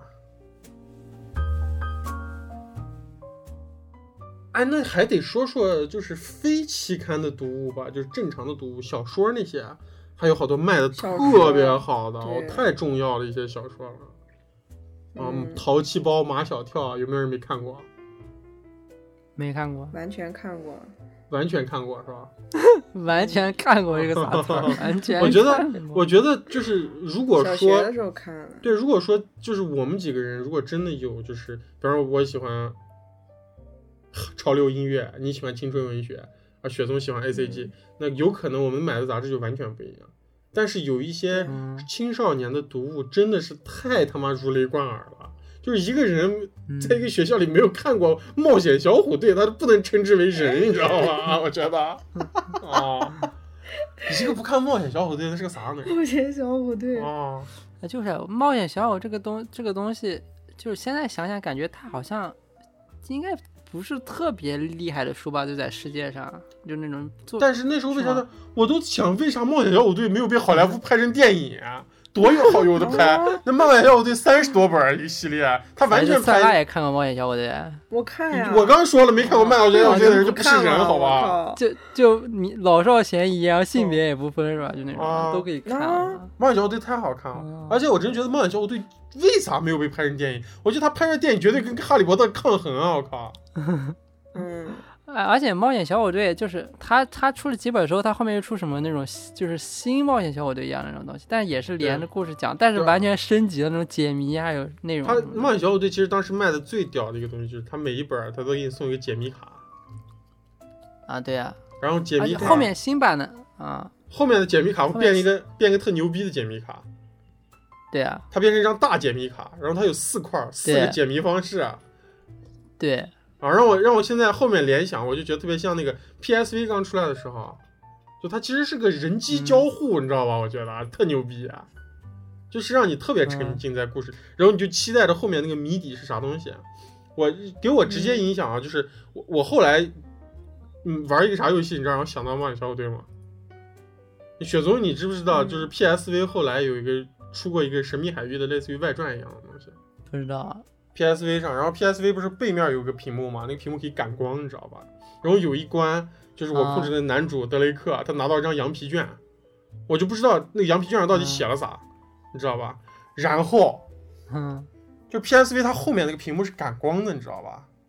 那还得说说就是非期刊的读物吧，就是正常的读物，小说那些还有好多卖的特别好的，太重要的一些小说了。淘气包、马小跳，有没有人没看过？ 没看过。 完全看过。 完全看过是吧？ 完全看过这个啥词？完全。 我觉得就是如果说小学的时候看， 对，如果说就是我们几个人如果真的有就是，比方说我喜欢潮流音乐，你喜欢青春文学雪松喜欢 ACG，那有可能我们买的杂志就完全不一样。但是有一些青少年的读物真的是太他妈如雷贯耳了，就是一个人在一个学校里没有看过冒险小虎队，他不能称之为人，你知道吗？我觉得你这个不看冒险小虎队那是个啥呢？ 冒险小虎队就是冒险小虎这个东西，就是现在想想感觉它好像应该不是特别厉害的书吧，就在世界上就那种做。 但是那时候为啥呢？我都想为啥冒险小虎队没有被好莱坞拍成电影啊？多有的拍！那冒险小虎队30多本一个系列，他完全拍。 他也看过冒险小虎队， 我看呀。 我刚说了，没看过冒险小虎队的人就不是人，好吧？ 就你老少咸宜，然后性别也不分是吧？就那种都可以看。 冒险小虎队太好看了，而且我真觉得冒险小虎队为啥没有被拍成电影？我觉得他拍成电影绝对跟哈利波特抗衡啊！我靠。 而且冒险小虎队就是他出了几本时候，他后面又出什么那种就是新冒险小虎队一样的那种东西，但也是连着故事讲，但是完全升级了那种解谜还有内容。 他冒险小虎队其实当时卖的最屌的一个东西就是他每一本他都给你送一个解谜卡对啊， 然后解谜卡后面新版的后面的解谜卡会变一个特牛逼的解谜卡。 对啊， 它变成一张大解谜卡，然后它有4块4个解谜方式对让我现在后面联想，我就觉得特别像那个 PSV 刚出来的时候，就它其实是个人机交互，你知道吧？我觉得特牛逼就是让你特别沉浸在故事，然后你就期待着后面那个谜底是啥东西。给我直接影响就是我后来玩一个啥游戏，你知道让我想到冒险小虎队吗？雪宗，你知不知道就是 PSV 后来出过一个神秘海域的类似于外传一样的东西？ 不知道。 PSV 上，然后 PSV 不是背面有个屏幕吗？那个屏幕可以感光，你知道吧？然后有一关就是我控制的男主德雷克，他拿到一张羊皮卷，我就不知道那个羊皮卷上到底写了啥，你知道吧？然后就 PSV 它后面那个屏幕是感光的，你知道吧？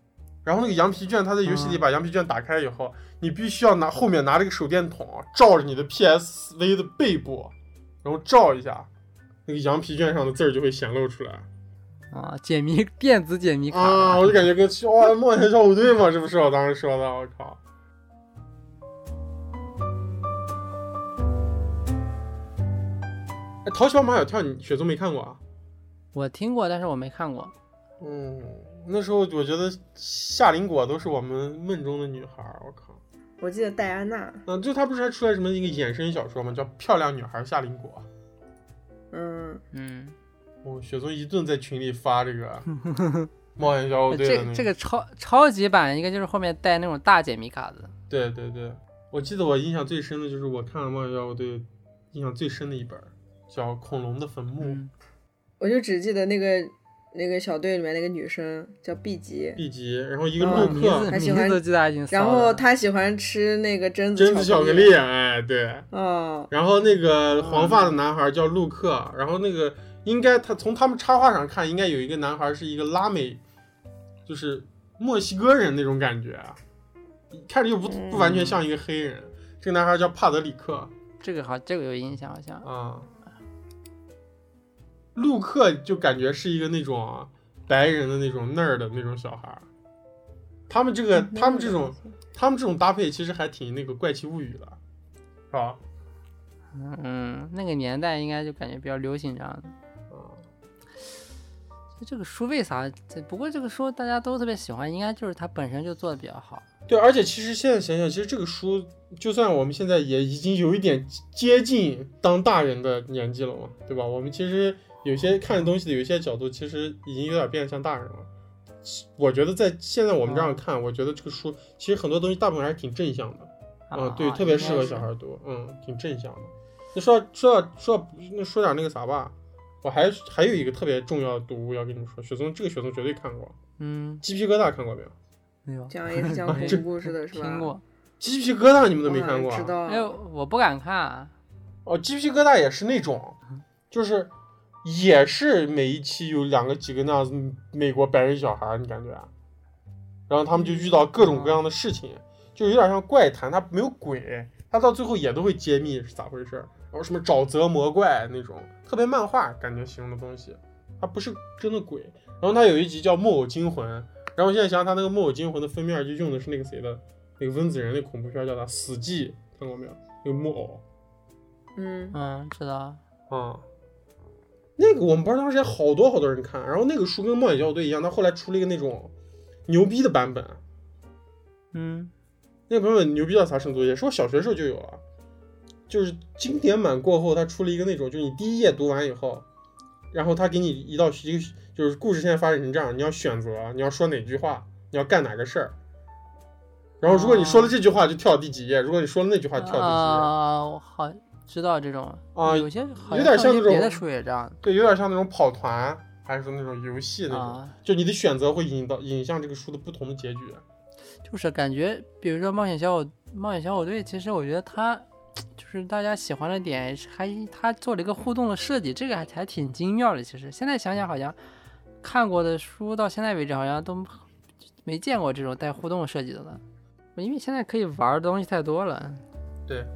然后那个羊皮卷，他在游戏里把羊皮卷打开以后，你必须要后面拿这个手电筒照着你的 PSV 的背部，然后照一下，那个羊皮卷上的字就会显露出来。 啊，电子解谜卡啊，我就感觉跟冒险小虎队嘛，这不是我当时说的，我靠。淘气包马小跳，你雪宗没看过啊？ 我听过，但是我没看过。 那时候我觉得夏林果都是我们梦中的女孩，我靠！ 我记得戴安娜。 就她不是还出来什么一个衍生小说吗？叫《漂亮女孩夏林果》。雪宗一顿在群里发这个冒险小虎队的这个超级版，应该就是后面带那种大解谜卡的。 对对对，我记得我印象最深的就是我看了冒险小虎队印象最深的一本，叫《恐龙的坟墓》。 我就只记得那个小队里面那个女生叫毕吉， 然后一个陆克， 她喜欢， 然后她喜欢吃那个榛子巧克力，哎，对，然后那个黄发的男孩叫陆克，然后那个应该他从他们插画上看，应该有一个男孩是一个拉美，就是墨西哥人那种感觉，看着又不完全像一个黑人。这个男孩叫帕德里克， 这个有印象好像啊。陆克就感觉是一个那种白人的那种nerd的那种小孩，他们这种搭配其实还挺那个怪奇物语的，是吧？ 那个年代应该就感觉比较流行这样的。这个书为啥？不过这个书大家都特别喜欢，应该就是它本身就做的比较好。 对，而且其实现在想想，其实这个书就算我们现在也已经有一点接近当大人的年纪了嘛，对吧？我们其实有些看的东西的有一些角度，其实已经有点变得像大人了。我觉得在现在我们这样看，我觉得这个书其实很多东西大部分还是挺正向的，对，特别适合小孩读，挺正向的。那说点那个啥吧，我还有一个特别重要的读物要跟你们说，雪宗绝对看过，鸡皮疙瘩看过没有？ 没有， 也是讲恐怖故事的是吧？ 听过。 鸡皮疙瘩你们都没看过？ 知道。 我不敢看。 鸡皮疙瘩也是那种，就是也是每一期有几个那样子美国白人小孩，你感觉然后他们就遇到各种各样的事情，就有点像怪谈，他没有鬼，他到最后也都会揭秘是咋回事，然后什么沼泽魔怪那种特别漫画感觉形容的东西，他不是真的鬼。然后他有一集叫木偶惊魂，然后我现在想想，他那个木偶惊魂的封面就用的是那个谁的，那个温子仁那恐怖片叫他死寂，看过没有？那个木偶。 知道。 那个我们班当时也好多人看，然后那个书跟冒险小虎队一样，他后来出了一个那种牛逼的版本。那个版本牛逼到啥程度？也是我小学时候就有了，就是经典版过后，他出了一个那种，就是你第一页读完以后，然后他给你一个就是故事现在发展成这样，你要选择你要说哪句话，你要干哪个事儿。然后如果你说了这句话就跳第几页，如果你说了那句话就跳第几页。 我好知道这种有些有点像那种别的书也这样。 对，有点像那种跑团，还是说那种游戏那种，就你的选择会引向这个书的不同的结局。 就是感觉，比如说冒险小虎队，其实我觉得它就是大家喜欢的点，他做了一个互动的设计，这个还挺精妙的。其实现在想想，好像看过的书到现在为止，好像都没见过这种带互动设计的了。因为现在可以玩的东西太多了。 对。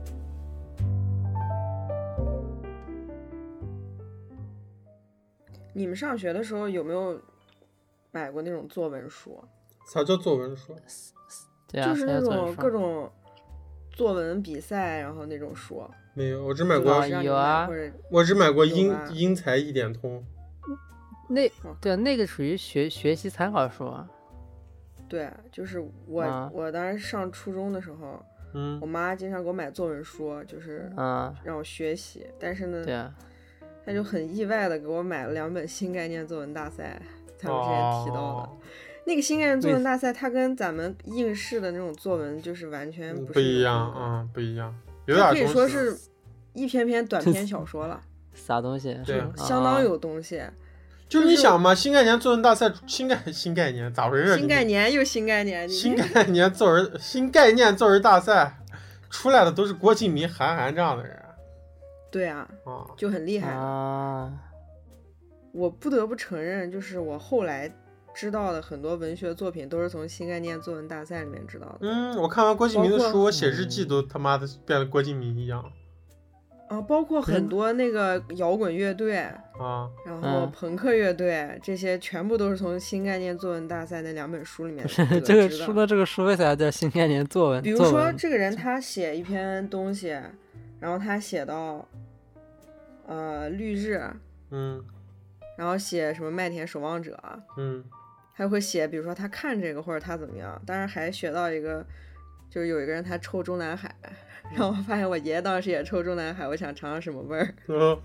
你们上学的时候有没有买过那种作文书？ 啥叫作文书？ 就是那种各种作文比赛，然后那种书。 没有，我只买过有啊， 我只买过英才一点通。 对，那个属于学习参考书啊。 对，就是我当时上初中的时候，我妈经常给我买作文书，就是让我学习。但是呢， 对， 她就很意外的给我买了2本新概念作文大赛，咱们之前提到的。那个新概念作文大赛，它跟咱们应试的那种作文就是完全不一样，不一样，有点可以说是一篇短篇小说了。 啥东西？ 对， 相当有东西。 就是你想嘛，新概念作文大赛，新概念咋回事？ 新概念又新概念， 新概念作文大赛出来的都是郭敬明、韩寒这样的人。 对啊，就很厉害啊。 我不得不承认，就是我后来知道的很多文学作品都是从新概念作文大赛里面知道的。 我看完郭敬明的书，我写日记都他妈的变得郭敬明一样。 包括很多那个摇滚乐队啊，然后朋克乐队，这些全部都是从新概念作文大赛那2本书里面这个出了这个书为啥叫新概念作文？ 比如说这个人他写一篇东西，然后他写到绿日，然后写什么麦田守望者，还会写比如说他看这个或者他怎么样，当然还学到一个就是有一个人他抽中南海，然后我发现我爷爷当时也抽中南海，我想尝尝什么味儿。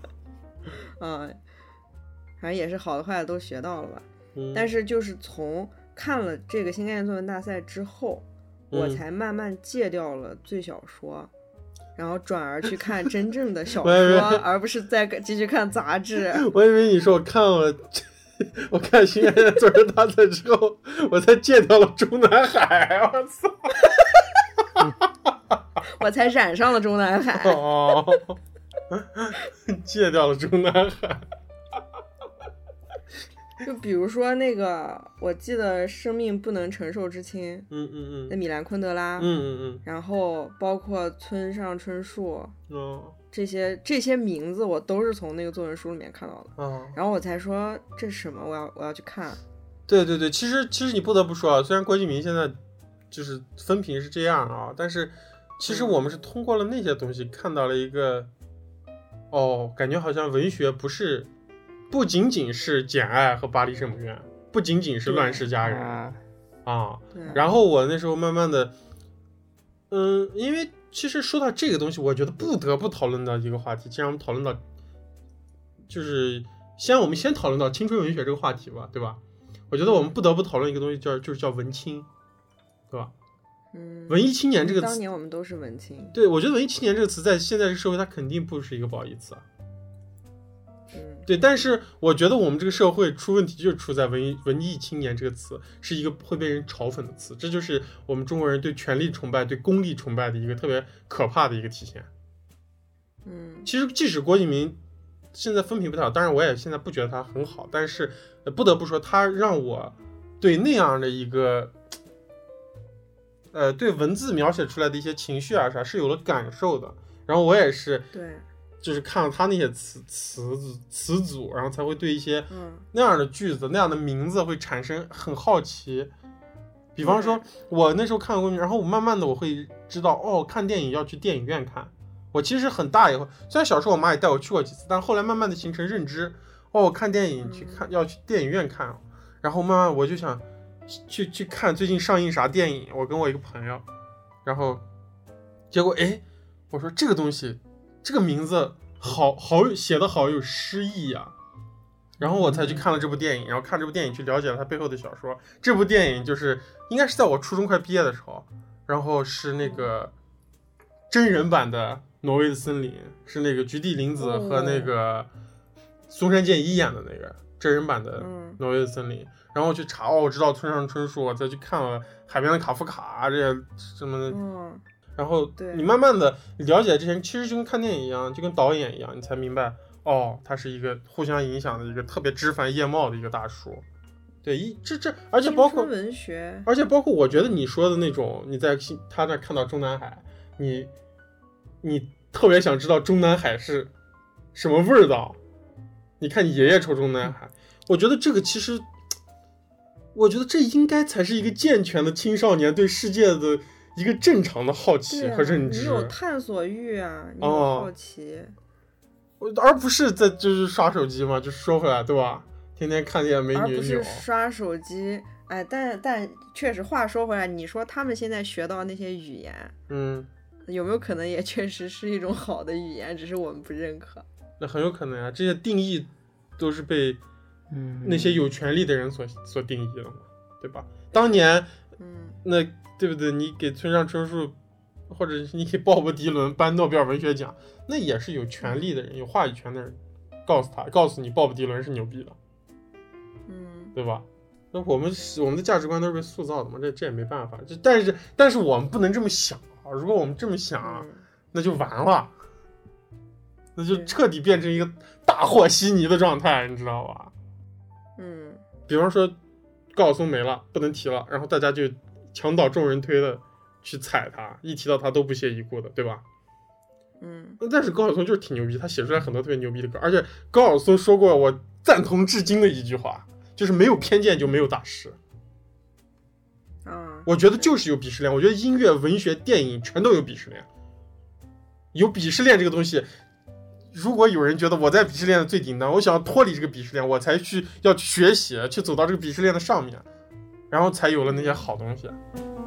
反正也是好的坏的都学到了吧。但是就是从看了这个新概念作文大赛之后，我才慢慢戒掉了最小说，然后转而去看真正的小说，而不是再继续看杂志。 我以为你说我看新概念作文大赛之后，我才戒掉了中南海。我操！ 我才染上了中南海。 戒掉了中南海。 就比如说那个，我记得《生命不能承受之轻》，那米兰昆德拉，然后包括村上春树，这些名字我都是从那个作文书里面看到的，然后我才说这是什么，我要去看。 对，其实你不得不说啊，虽然郭敬明现在就是分评是这样啊，但是其实我们是通过了那些东西看到了一个，感觉好像文学不仅仅是简爱和巴黎圣母院，不仅仅是乱世佳人啊。然后我那时候慢慢的，因为其实说到这个东西，我觉得不得不讨论到一个话题。既然我们讨论到，就是我们先讨论到青春文学这个话题吧，对吧？我觉得我们不得不讨论一个东西就是叫文青，对吧？文艺青年这个词， 当年我们都是文青。 对，我觉得文艺青年这个词在现在这个社会，它肯定不是一个褒义词。对，但是我觉得我们这个社会出问题就出在文艺青年这个词是一个会被人嘲讽的词，这就是我们中国人对权力崇拜、对功利崇拜的一个特别可怕的一个体现。其实即使郭敬明现在风评不太好，当然我也现在不觉得他很好，但是不得不说他让我对那样的一个对文字描写出来的一些情绪啊啥是有了感受的。然后我也是对， 就是看了他那些词组，然后才会对一些那样的句子、那样的名字会产生很好奇。比方说我那时候看过，然后我慢慢的我会知道，看电影要去电影院看。我其实很大以后，虽然小时候我妈也带我去过几次，但后来慢慢的形成认知，看电影要去电影院看，然后慢慢我就想去看最近上映啥电影。我跟我一个朋友，然后结果我说这个东西，这个名字好写的好有诗意呀，然后我才去看了这部电影，然后看这部电影去了解了它背后的小说。这部电影就是应该是在我初中快毕业的时候，然后是那个真人版的挪威的森林，是那个菊地凛子和那个松山健一演的那个真人版的挪威的森林。然后去查，我知道村上春树，我再去看了海边的卡夫卡这些什么的。然后你慢慢的了解这些，其实就跟看电影一样，就跟导演一样，你才明白他是一个互相影响的一个特别枝繁叶茂的一个大叔。对，而且包括文学， 而且包括我觉得你说的那种，你在他那看到中南海，你特别想知道中南海是什么味道。你看你爷爷抽中南海，我觉得这个其实，我觉得这应该才是一个健全的青少年对世界的一个正常的好奇和认知。 你有探索欲啊，你有好奇， 而不是在就是刷手机嘛。就说回来，对吧？天天看见美女， 而不是刷手机。但确实，话说回来，你说他们现在学到那些语言，有没有可能也确实是一种好的语言，只是我们不认可？ 那很有可能啊，这些定义都是被那些有权利的人所定义了嘛，对吧？当年，那对不对？你给村上春树，或者你给鲍勃迪伦颁诺贝尔文学奖，那也是有权利的人、有话语权的人告诉你鲍勃迪伦是牛逼的，对吧？那我们的价值观都是被塑造的嘛，这也没办法。但是我们不能这么想啊！如果我们这么想，那就完了，那就彻底变成一个大和稀泥的状态，你知道吧？比方说高晓松没了，不能提了，然后大家就墙倒众人推的去踩他，一提到他都不屑一顾的，对吧？但是高晓松就是挺牛逼，他写出来很多特别牛逼的歌，而且高晓松说过我赞同至今的一句话，就是没有偏见就没有大师。我觉得就是有鄙视链，我觉得音乐、文学、电影全都有鄙视链。有鄙视链这个东西，如果有人觉得我在鄙视链的最顶端，我想要脱离这个鄙视链，我才要去学习，去走到这个鄙视链的上面，然后才有了那些好东西。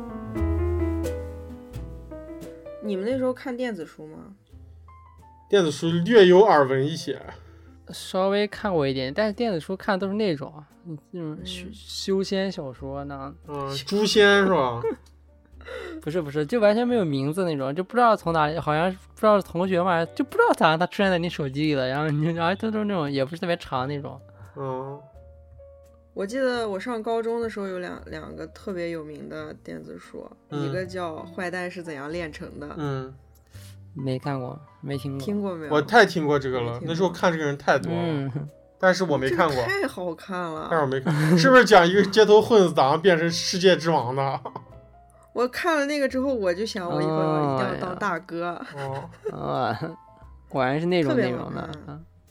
你们那时候看电子书吗？ 电子书略有耳闻一些， 稍微看过一点，但是电子书看都是那种修仙小说呢。 诛仙是吧？ 不是，就完全没有名字那种，就不知道从哪里，好像不知道是同学嘛，就不知道咋他出现在你手机里了，然后都是那种也不是特别长那种。 我记得我上高中的时候有两个特别有名的电子书，一个叫《坏蛋是怎样炼成的》。 没看过，没听过。 听过没有？ 我太听过这个了，那时候看这个人太多了，但是我没看过。 太好看了， 但是我没看。是不是讲一个街头混子咋样变成世界之王的？ 我看了那个之后，我就想我以后一定要当大哥。 果然是那种内容的。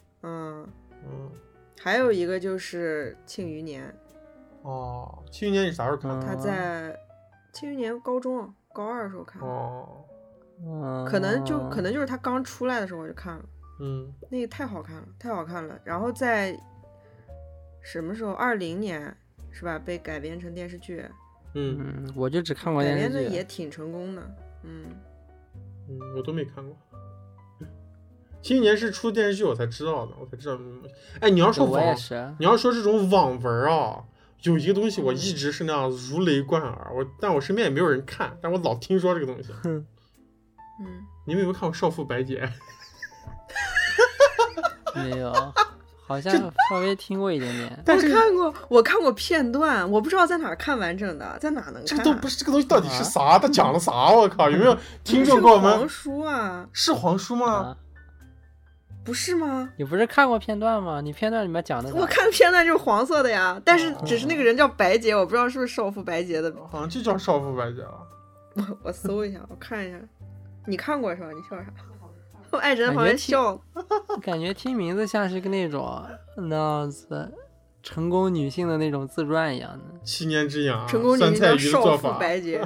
还有一个就是《庆余年》。 庆余年你啥时候看？ 他在《庆余年》高中高2的时候看。可能就是他刚出来的时候我就看了。那个太好看了。然后在什么时候？2020年是吧？被改编成电视剧。 我就只看过电视剧， 改编的也挺成功的。 我都没看过。今年是出电视剧我才知道的，哎，你要说你要说这种网文啊，有一个东西我一直是那样如雷贯耳，但我身边也没有人看，但我老听说这个东西。你们有没有看过《少妇白洁》？ 没有，好像稍微听过一点点。 我看过片段，我不知道在哪看完整的，在哪能看？ 这都不是这个东西到底是啥？他讲了啥？我靠，有没有听众给我们？ 黄书啊？ 是黄书吗？ 不是吗？ 你不是看过片段吗？你片段里面讲的， 我看片段就是黄色的呀，但是只是那个人叫白洁，我不知道是不是少妇白洁的。 好像就叫少妇白洁了。 我搜一下，我看一下。你看过是吧？你笑啥？我爱人好像笑。 感觉听名字像是个那种那样子成功女性的那种自传一样的。 7年之痒， 成功女性叫少妇白洁。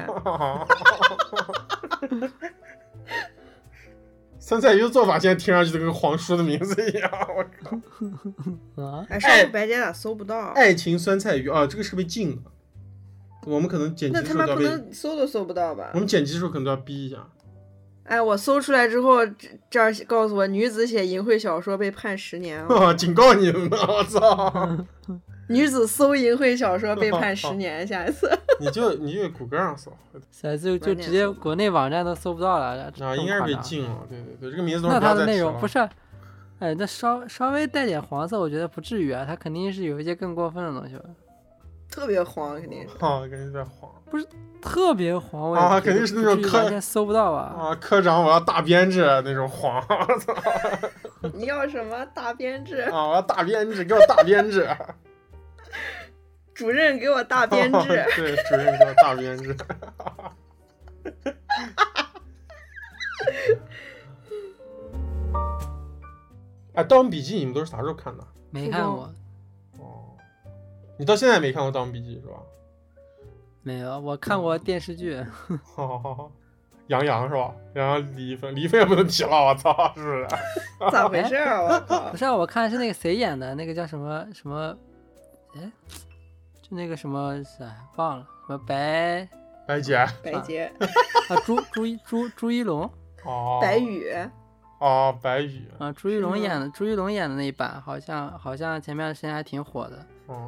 酸菜鱼的做法现在听上去都跟黄书的名字一样，我靠！ 少妇白洁咋搜不到？ 爱情酸菜鱼啊，这个是被禁的。我们可能剪辑的时候那他妈不能搜都搜不到吧？ 我们剪辑的时候可能都要逼一下。 哎，我搜出来之后，这儿告诉我女子写淫秽小说被判10年。 警告你们呢！我操！ 女子搜淫秽小说被判10年，下一次。 你就谷歌上搜， 下次就直接国内网站都搜不到了。 应该是被禁了。对，这个名字那它的内容不是，哎，那稍微带点黄色，我觉得不至于啊，它肯定是有一些更过分的东西。 特别黄，肯定是。 肯定是在黄。 不是特别黄肯定是那种完全搜不到吧？ 科长，我要大编制那种黄。 你要什么大编制？ 我要大编制，给我大编制。 主任给我大编制。 对，主任给我大编制。哎，《盗墓笔记》你们都是啥时候看的？ 没看过。 你到现在没看过《盗墓笔记》是吧？ 没有，我看过电视剧。 杨洋是吧？杨洋、李易峰也不能提了，我操，是不是？ 咋回事啊？我靠！ 不是，我看是那个谁演的，那个叫什么，哎，就那个什么，忘了，什么白洁啊，朱一龙白宇白宇啊，朱一龙演的那一版，好像前面的时间还挺火的。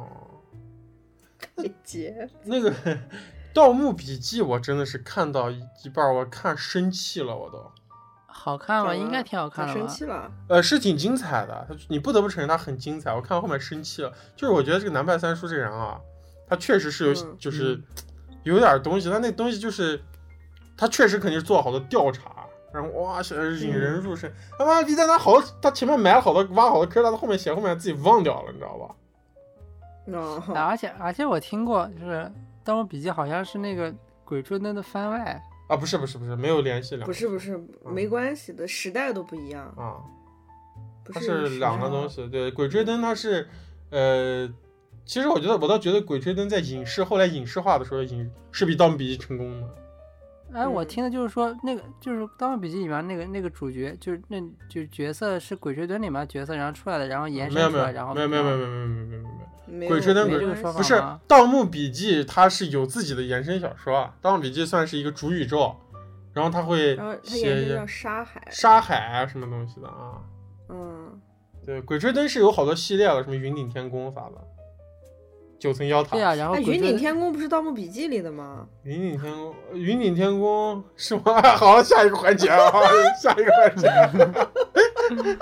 白洁那个《盗墓笔记》，我真的是看到一半，我看生气了，我都。 好看吗？应该挺好看的吧。 生气了。 是挺精彩的，你不得不承认它很精彩。我看到后面生气了，就是我觉得这个南派三叔这个人啊，他确实是就是有点东西，他那东西就是他确实肯定是做好的调查，然后哇，引人入胜。他妈逼在他前面埋了好多挖好多坑，他后面写后面自己忘掉了，你知道吧？ 而且我听过，就是《盗墓笔记》好像是那个《鬼吹灯》的番外啊，不是，没有联系不是，没关系的，时代都不一样啊，它是两个东西。对，《鬼吹灯》它是其实我倒觉得《鬼吹灯》在后来影视化的时候，是比《盗墓笔记》成功的。 哎，我听的就是说，那个就是《盗墓笔记》里面那个主角，就是角色是《鬼吹灯》里面的角色，然后出来的，然后延伸出来，然后没有，《鬼吹灯》不是《盗墓笔记》，它是有自己的延伸小说，《盗墓笔记》算是一个主宇宙，然后它会写叫沙海啊什么东西的啊。对，《鬼吹灯》是有好多系列了，什么云顶天宫啥的。9层妖塔。 对啊，然后云顶天宫不是《盗墓笔记》里的吗？ 云顶天宫是吗？好了，下一个环节啊，下一个环节。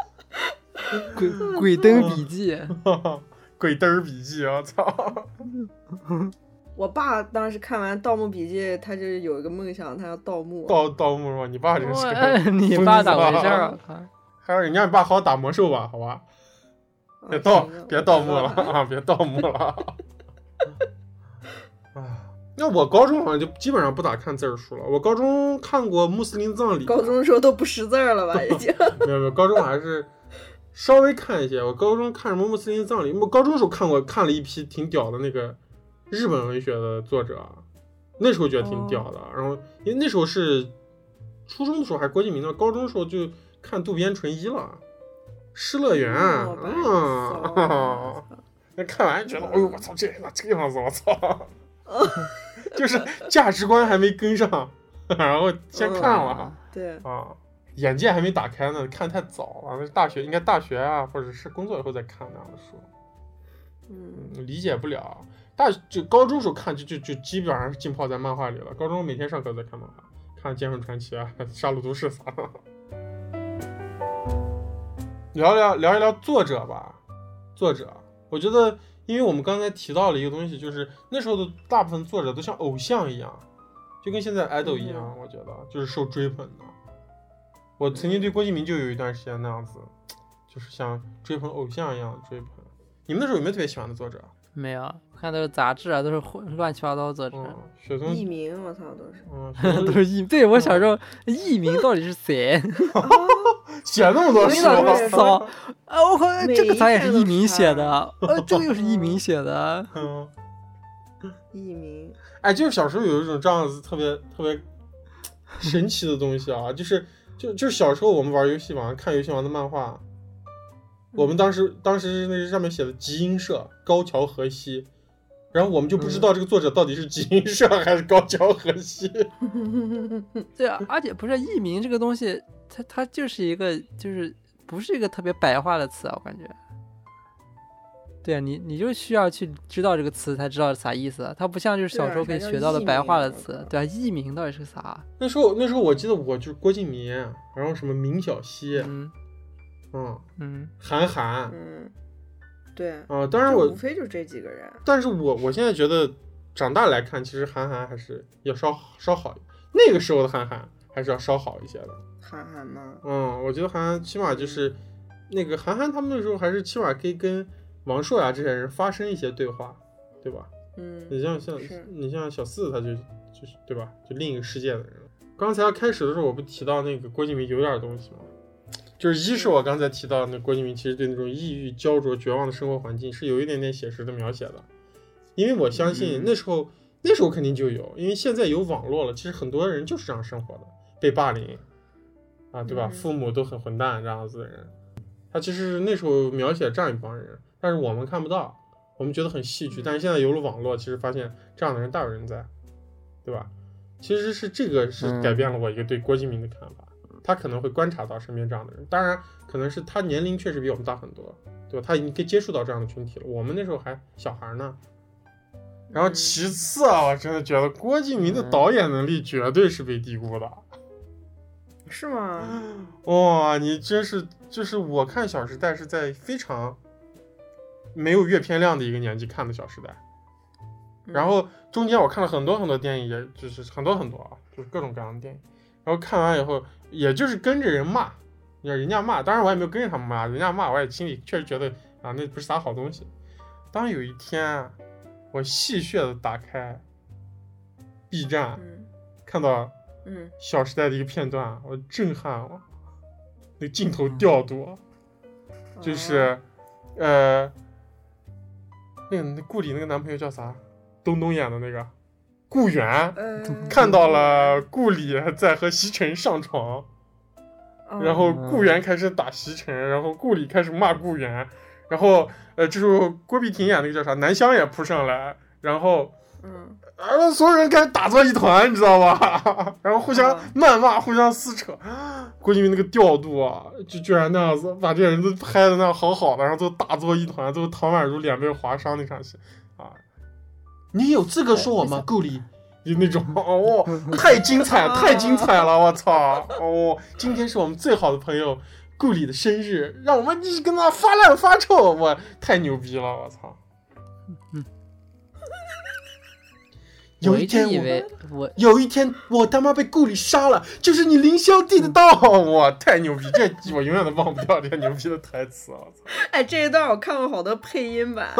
鬼灯笔记， 鬼灯笔记，我操！ 我爸当时看完《盗墓笔记》，他就有一个梦想，他要盗墓。 盗墓是吧？你爸真是你爸咋回事啊？ 还有人家你爸好好打魔兽吧，好吧？别盗墓了啊！别盗墓了。那我高中好像就基本上不咋看字书了。我高中看过穆斯林葬礼。 高中的时候都不识字了吧？已经。 没有，高中我还是稍微看一些。我高中看什么穆斯林葬礼？我高中时候看了一批挺屌的那个日本文学的作者，那时候觉得挺屌的。然后因为那时候是初中的时候还是郭敬明的，高中的时候就看渡边淳一了。失乐园，那看完觉得，哎呦我操，这样子，我操，就是价值观还没跟上，然后先看了， 对啊，眼界还没打开呢，看太早了，应该大学啊，或者是工作以后再看那样的书，理解不了，就高中时候看就基本上是浸泡在漫画里了，高中每天上课在看漫画，看《剑圣传奇》啊，《杀戮都市》啥的。聊一聊作者吧。作者，我觉得，因为我们刚才提到了一个东西，就是那时候的大部分作者都像偶像一样，就跟现在 idol 一样，我觉得就是受追捧的。我曾经对郭敬明就有一段时间那样子，就是像追捧偶像一样的追捧。你们那时候有没有特别喜欢的作者？ 没有，看都是杂志啊，都是乱七八糟的作者。 佚名，我操，都是。 都是佚。对，我小时候佚名到底是谁？ 写那么多书， 骚啊！我靠，这个咋也是佚名写的？这个又是佚名写的。 佚名。 哎，就是小时候有一种这样子特别神奇的东西啊，就是小时候我们玩游戏王，看游戏王的漫画。我们当时那上面写的集英社高桥和希，然后我们就不知道这个作者到底是集英社还是高桥和希。 对啊，而且不是佚名这个东西，它就是一个就是不是一个特别白话的词啊，我感觉。对啊，你就需要去知道这个词才知道啥意思，它不像就是小时候可以学到的白话的词。对啊，佚名到底是啥？ 那时候我记得我就是郭敬明，然后什么明晓溪。韩寒， 对啊，当然无非就这几个人。 但是我现在觉得长大来看，其实韩寒还是要稍好，那个时候的韩寒还是要稍好一些的。 韩寒吗？ 我觉得韩寒起码就是那个韩寒他们那时候还是起码可以跟王朔呀这些人发生一些对话，对吧？你像小四他就是对吧？就另一个世界的人了。刚才开始的时候我不提到那个郭敬明有点东西吗？就是一是我刚才提到那郭敬明其实对那种抑郁焦灼绝望的生活环境是有一点点写实的描写的，因为我相信那时候肯定就有，因为现在有网络了，其实很多人就是这样生活的，被霸凌啊，对吧？父母都很混蛋这样子的人，他其实那时候描写这样一帮人，但是我们看不到，我们觉得很戏剧，但是现在有了网络，其实发现这样的人大有人在，对吧？其实是这个是改变了我一个对郭敬明的看法。他可能会观察到身边这样的人，当然可能是他年龄确实比我们大很多，对吧？他已经可以接触到这样的群体了，我们那时候还小孩呢。然后其次啊，我真的觉得郭敬明的导演能力绝对是被低估的。 是吗？ 哇，你真是就是我看《小时代》是在非常没有阅片量的一个年纪看的《小时代》，然后中间我看了很多很多电影，也就是很多很多啊，就是各种各样的电影。然后看完以后，也就是跟着人骂，人家骂，当然我也没有跟着他们骂，人家骂我也心里确实觉得啊，那不是啥好东西。 当有一天我戏谑的打开 B 站，看到小时代的一个片段，我震撼了，那镜头调度，就是那顾里那个男朋友叫啥？东东演的那个顾源，看到了顾里在和席晨上床，然后顾源开始打席晨，然后顾里开始骂顾源，然后这时候郭碧婷演那个叫啥南湘也扑上来，然后所有人开始打作一团，你知道吧？然后互相谩骂，互相撕扯。郭敬明那个调度啊，就居然那样子把这些人都拍的那样好好的，然后都打作一团，最后唐宛如脸被划伤那场戏啊！你有资格说我吗？顾里就那种太精彩太精彩了，我操！今天是我们最好的朋友顾里的生日，让我们一起跟他发烂发臭，我太牛逼了，我操！有一天我他妈被顾里杀了，就是你凌霄帝的刀，哇，太牛逼！这我永远都忘不掉这些牛逼的台词，我操！ 哎，这一段我看过好多配音版。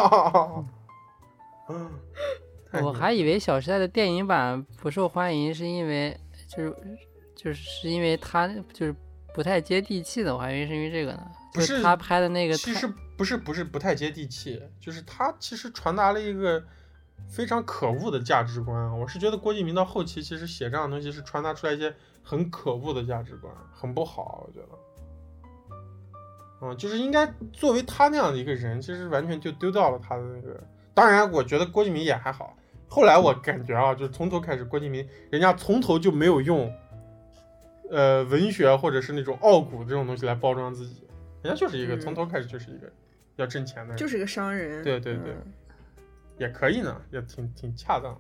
我还以为《小时代》的电影版不受欢迎，是因为就是因为他就是不太接地气的，我还以为是因为这个呢。就是他拍的那个， 其实不是不太接地气，就是他其实传达了一个非常可恶的价值观。我是觉得郭敬明到后期其实写这样的东西是传达出来一些很可恶的价值观，很不好，我觉得。就是应该作为他那样的一个人，其实完全就丢掉了他的那个。当然，我觉得郭敬明也还好。后来我感觉啊，就是从头开始，郭敬明人家从头就没有用文学或者是那种傲骨这种东西来包装自己，人家就是一个从头开始就是一个要挣钱的人， 就是个商人。 对对对，也可以呢，也挺恰当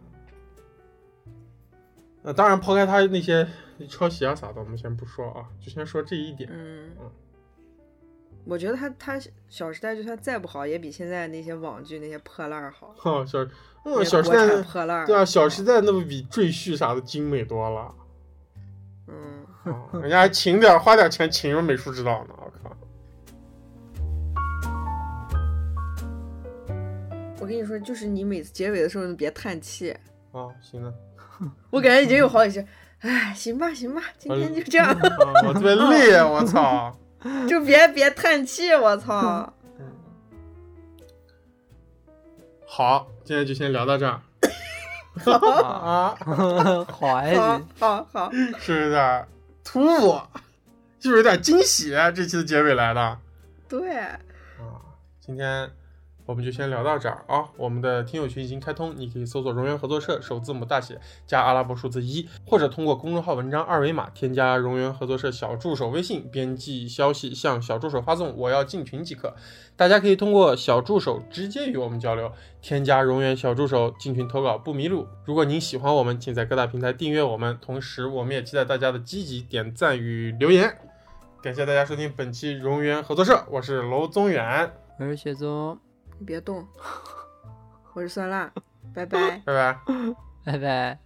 的。当然抛开他那些抄袭啊啥的，我们先不说啊，就先说这一点。 我觉得他《小时代》就算再不好，也比现在那些网剧那些破烂好。 小时代破烂，对啊，《小时代》那不比赘婿啥的精美多了。人家还请点花点钱请人美术指导呢，我靠！ 我跟你说，就是你每次结尾的时候你别叹气。 行了。 我感觉已经有好几句，哎，行吧，今天就这样。 我特别累，我操！ 就别叹气，我操！ 好，今天就先聊到这儿。 好， 是不是有点突兀？是不是有点惊喜？这期的结尾来的。 对。 今天我们就先聊到这儿啊！我们的听友群已经开通，你可以搜索荣源合作社首字母大写加阿拉伯数字1，或者通过公众号文章二维码添加荣源合作社小助手微信，编辑消息向小助手发送我要进群即可。大家可以通过小助手直接与我们交流，添加荣源小助手进群投稿不迷路。如果您喜欢我们，请在各大平台订阅我们，同时我们也期待大家的积极点赞与留言。感谢大家收听本期荣源合作社，我是娄宗远， 我是雪宗。 你别动，我是酸辣，拜拜， 拜拜， 拜拜。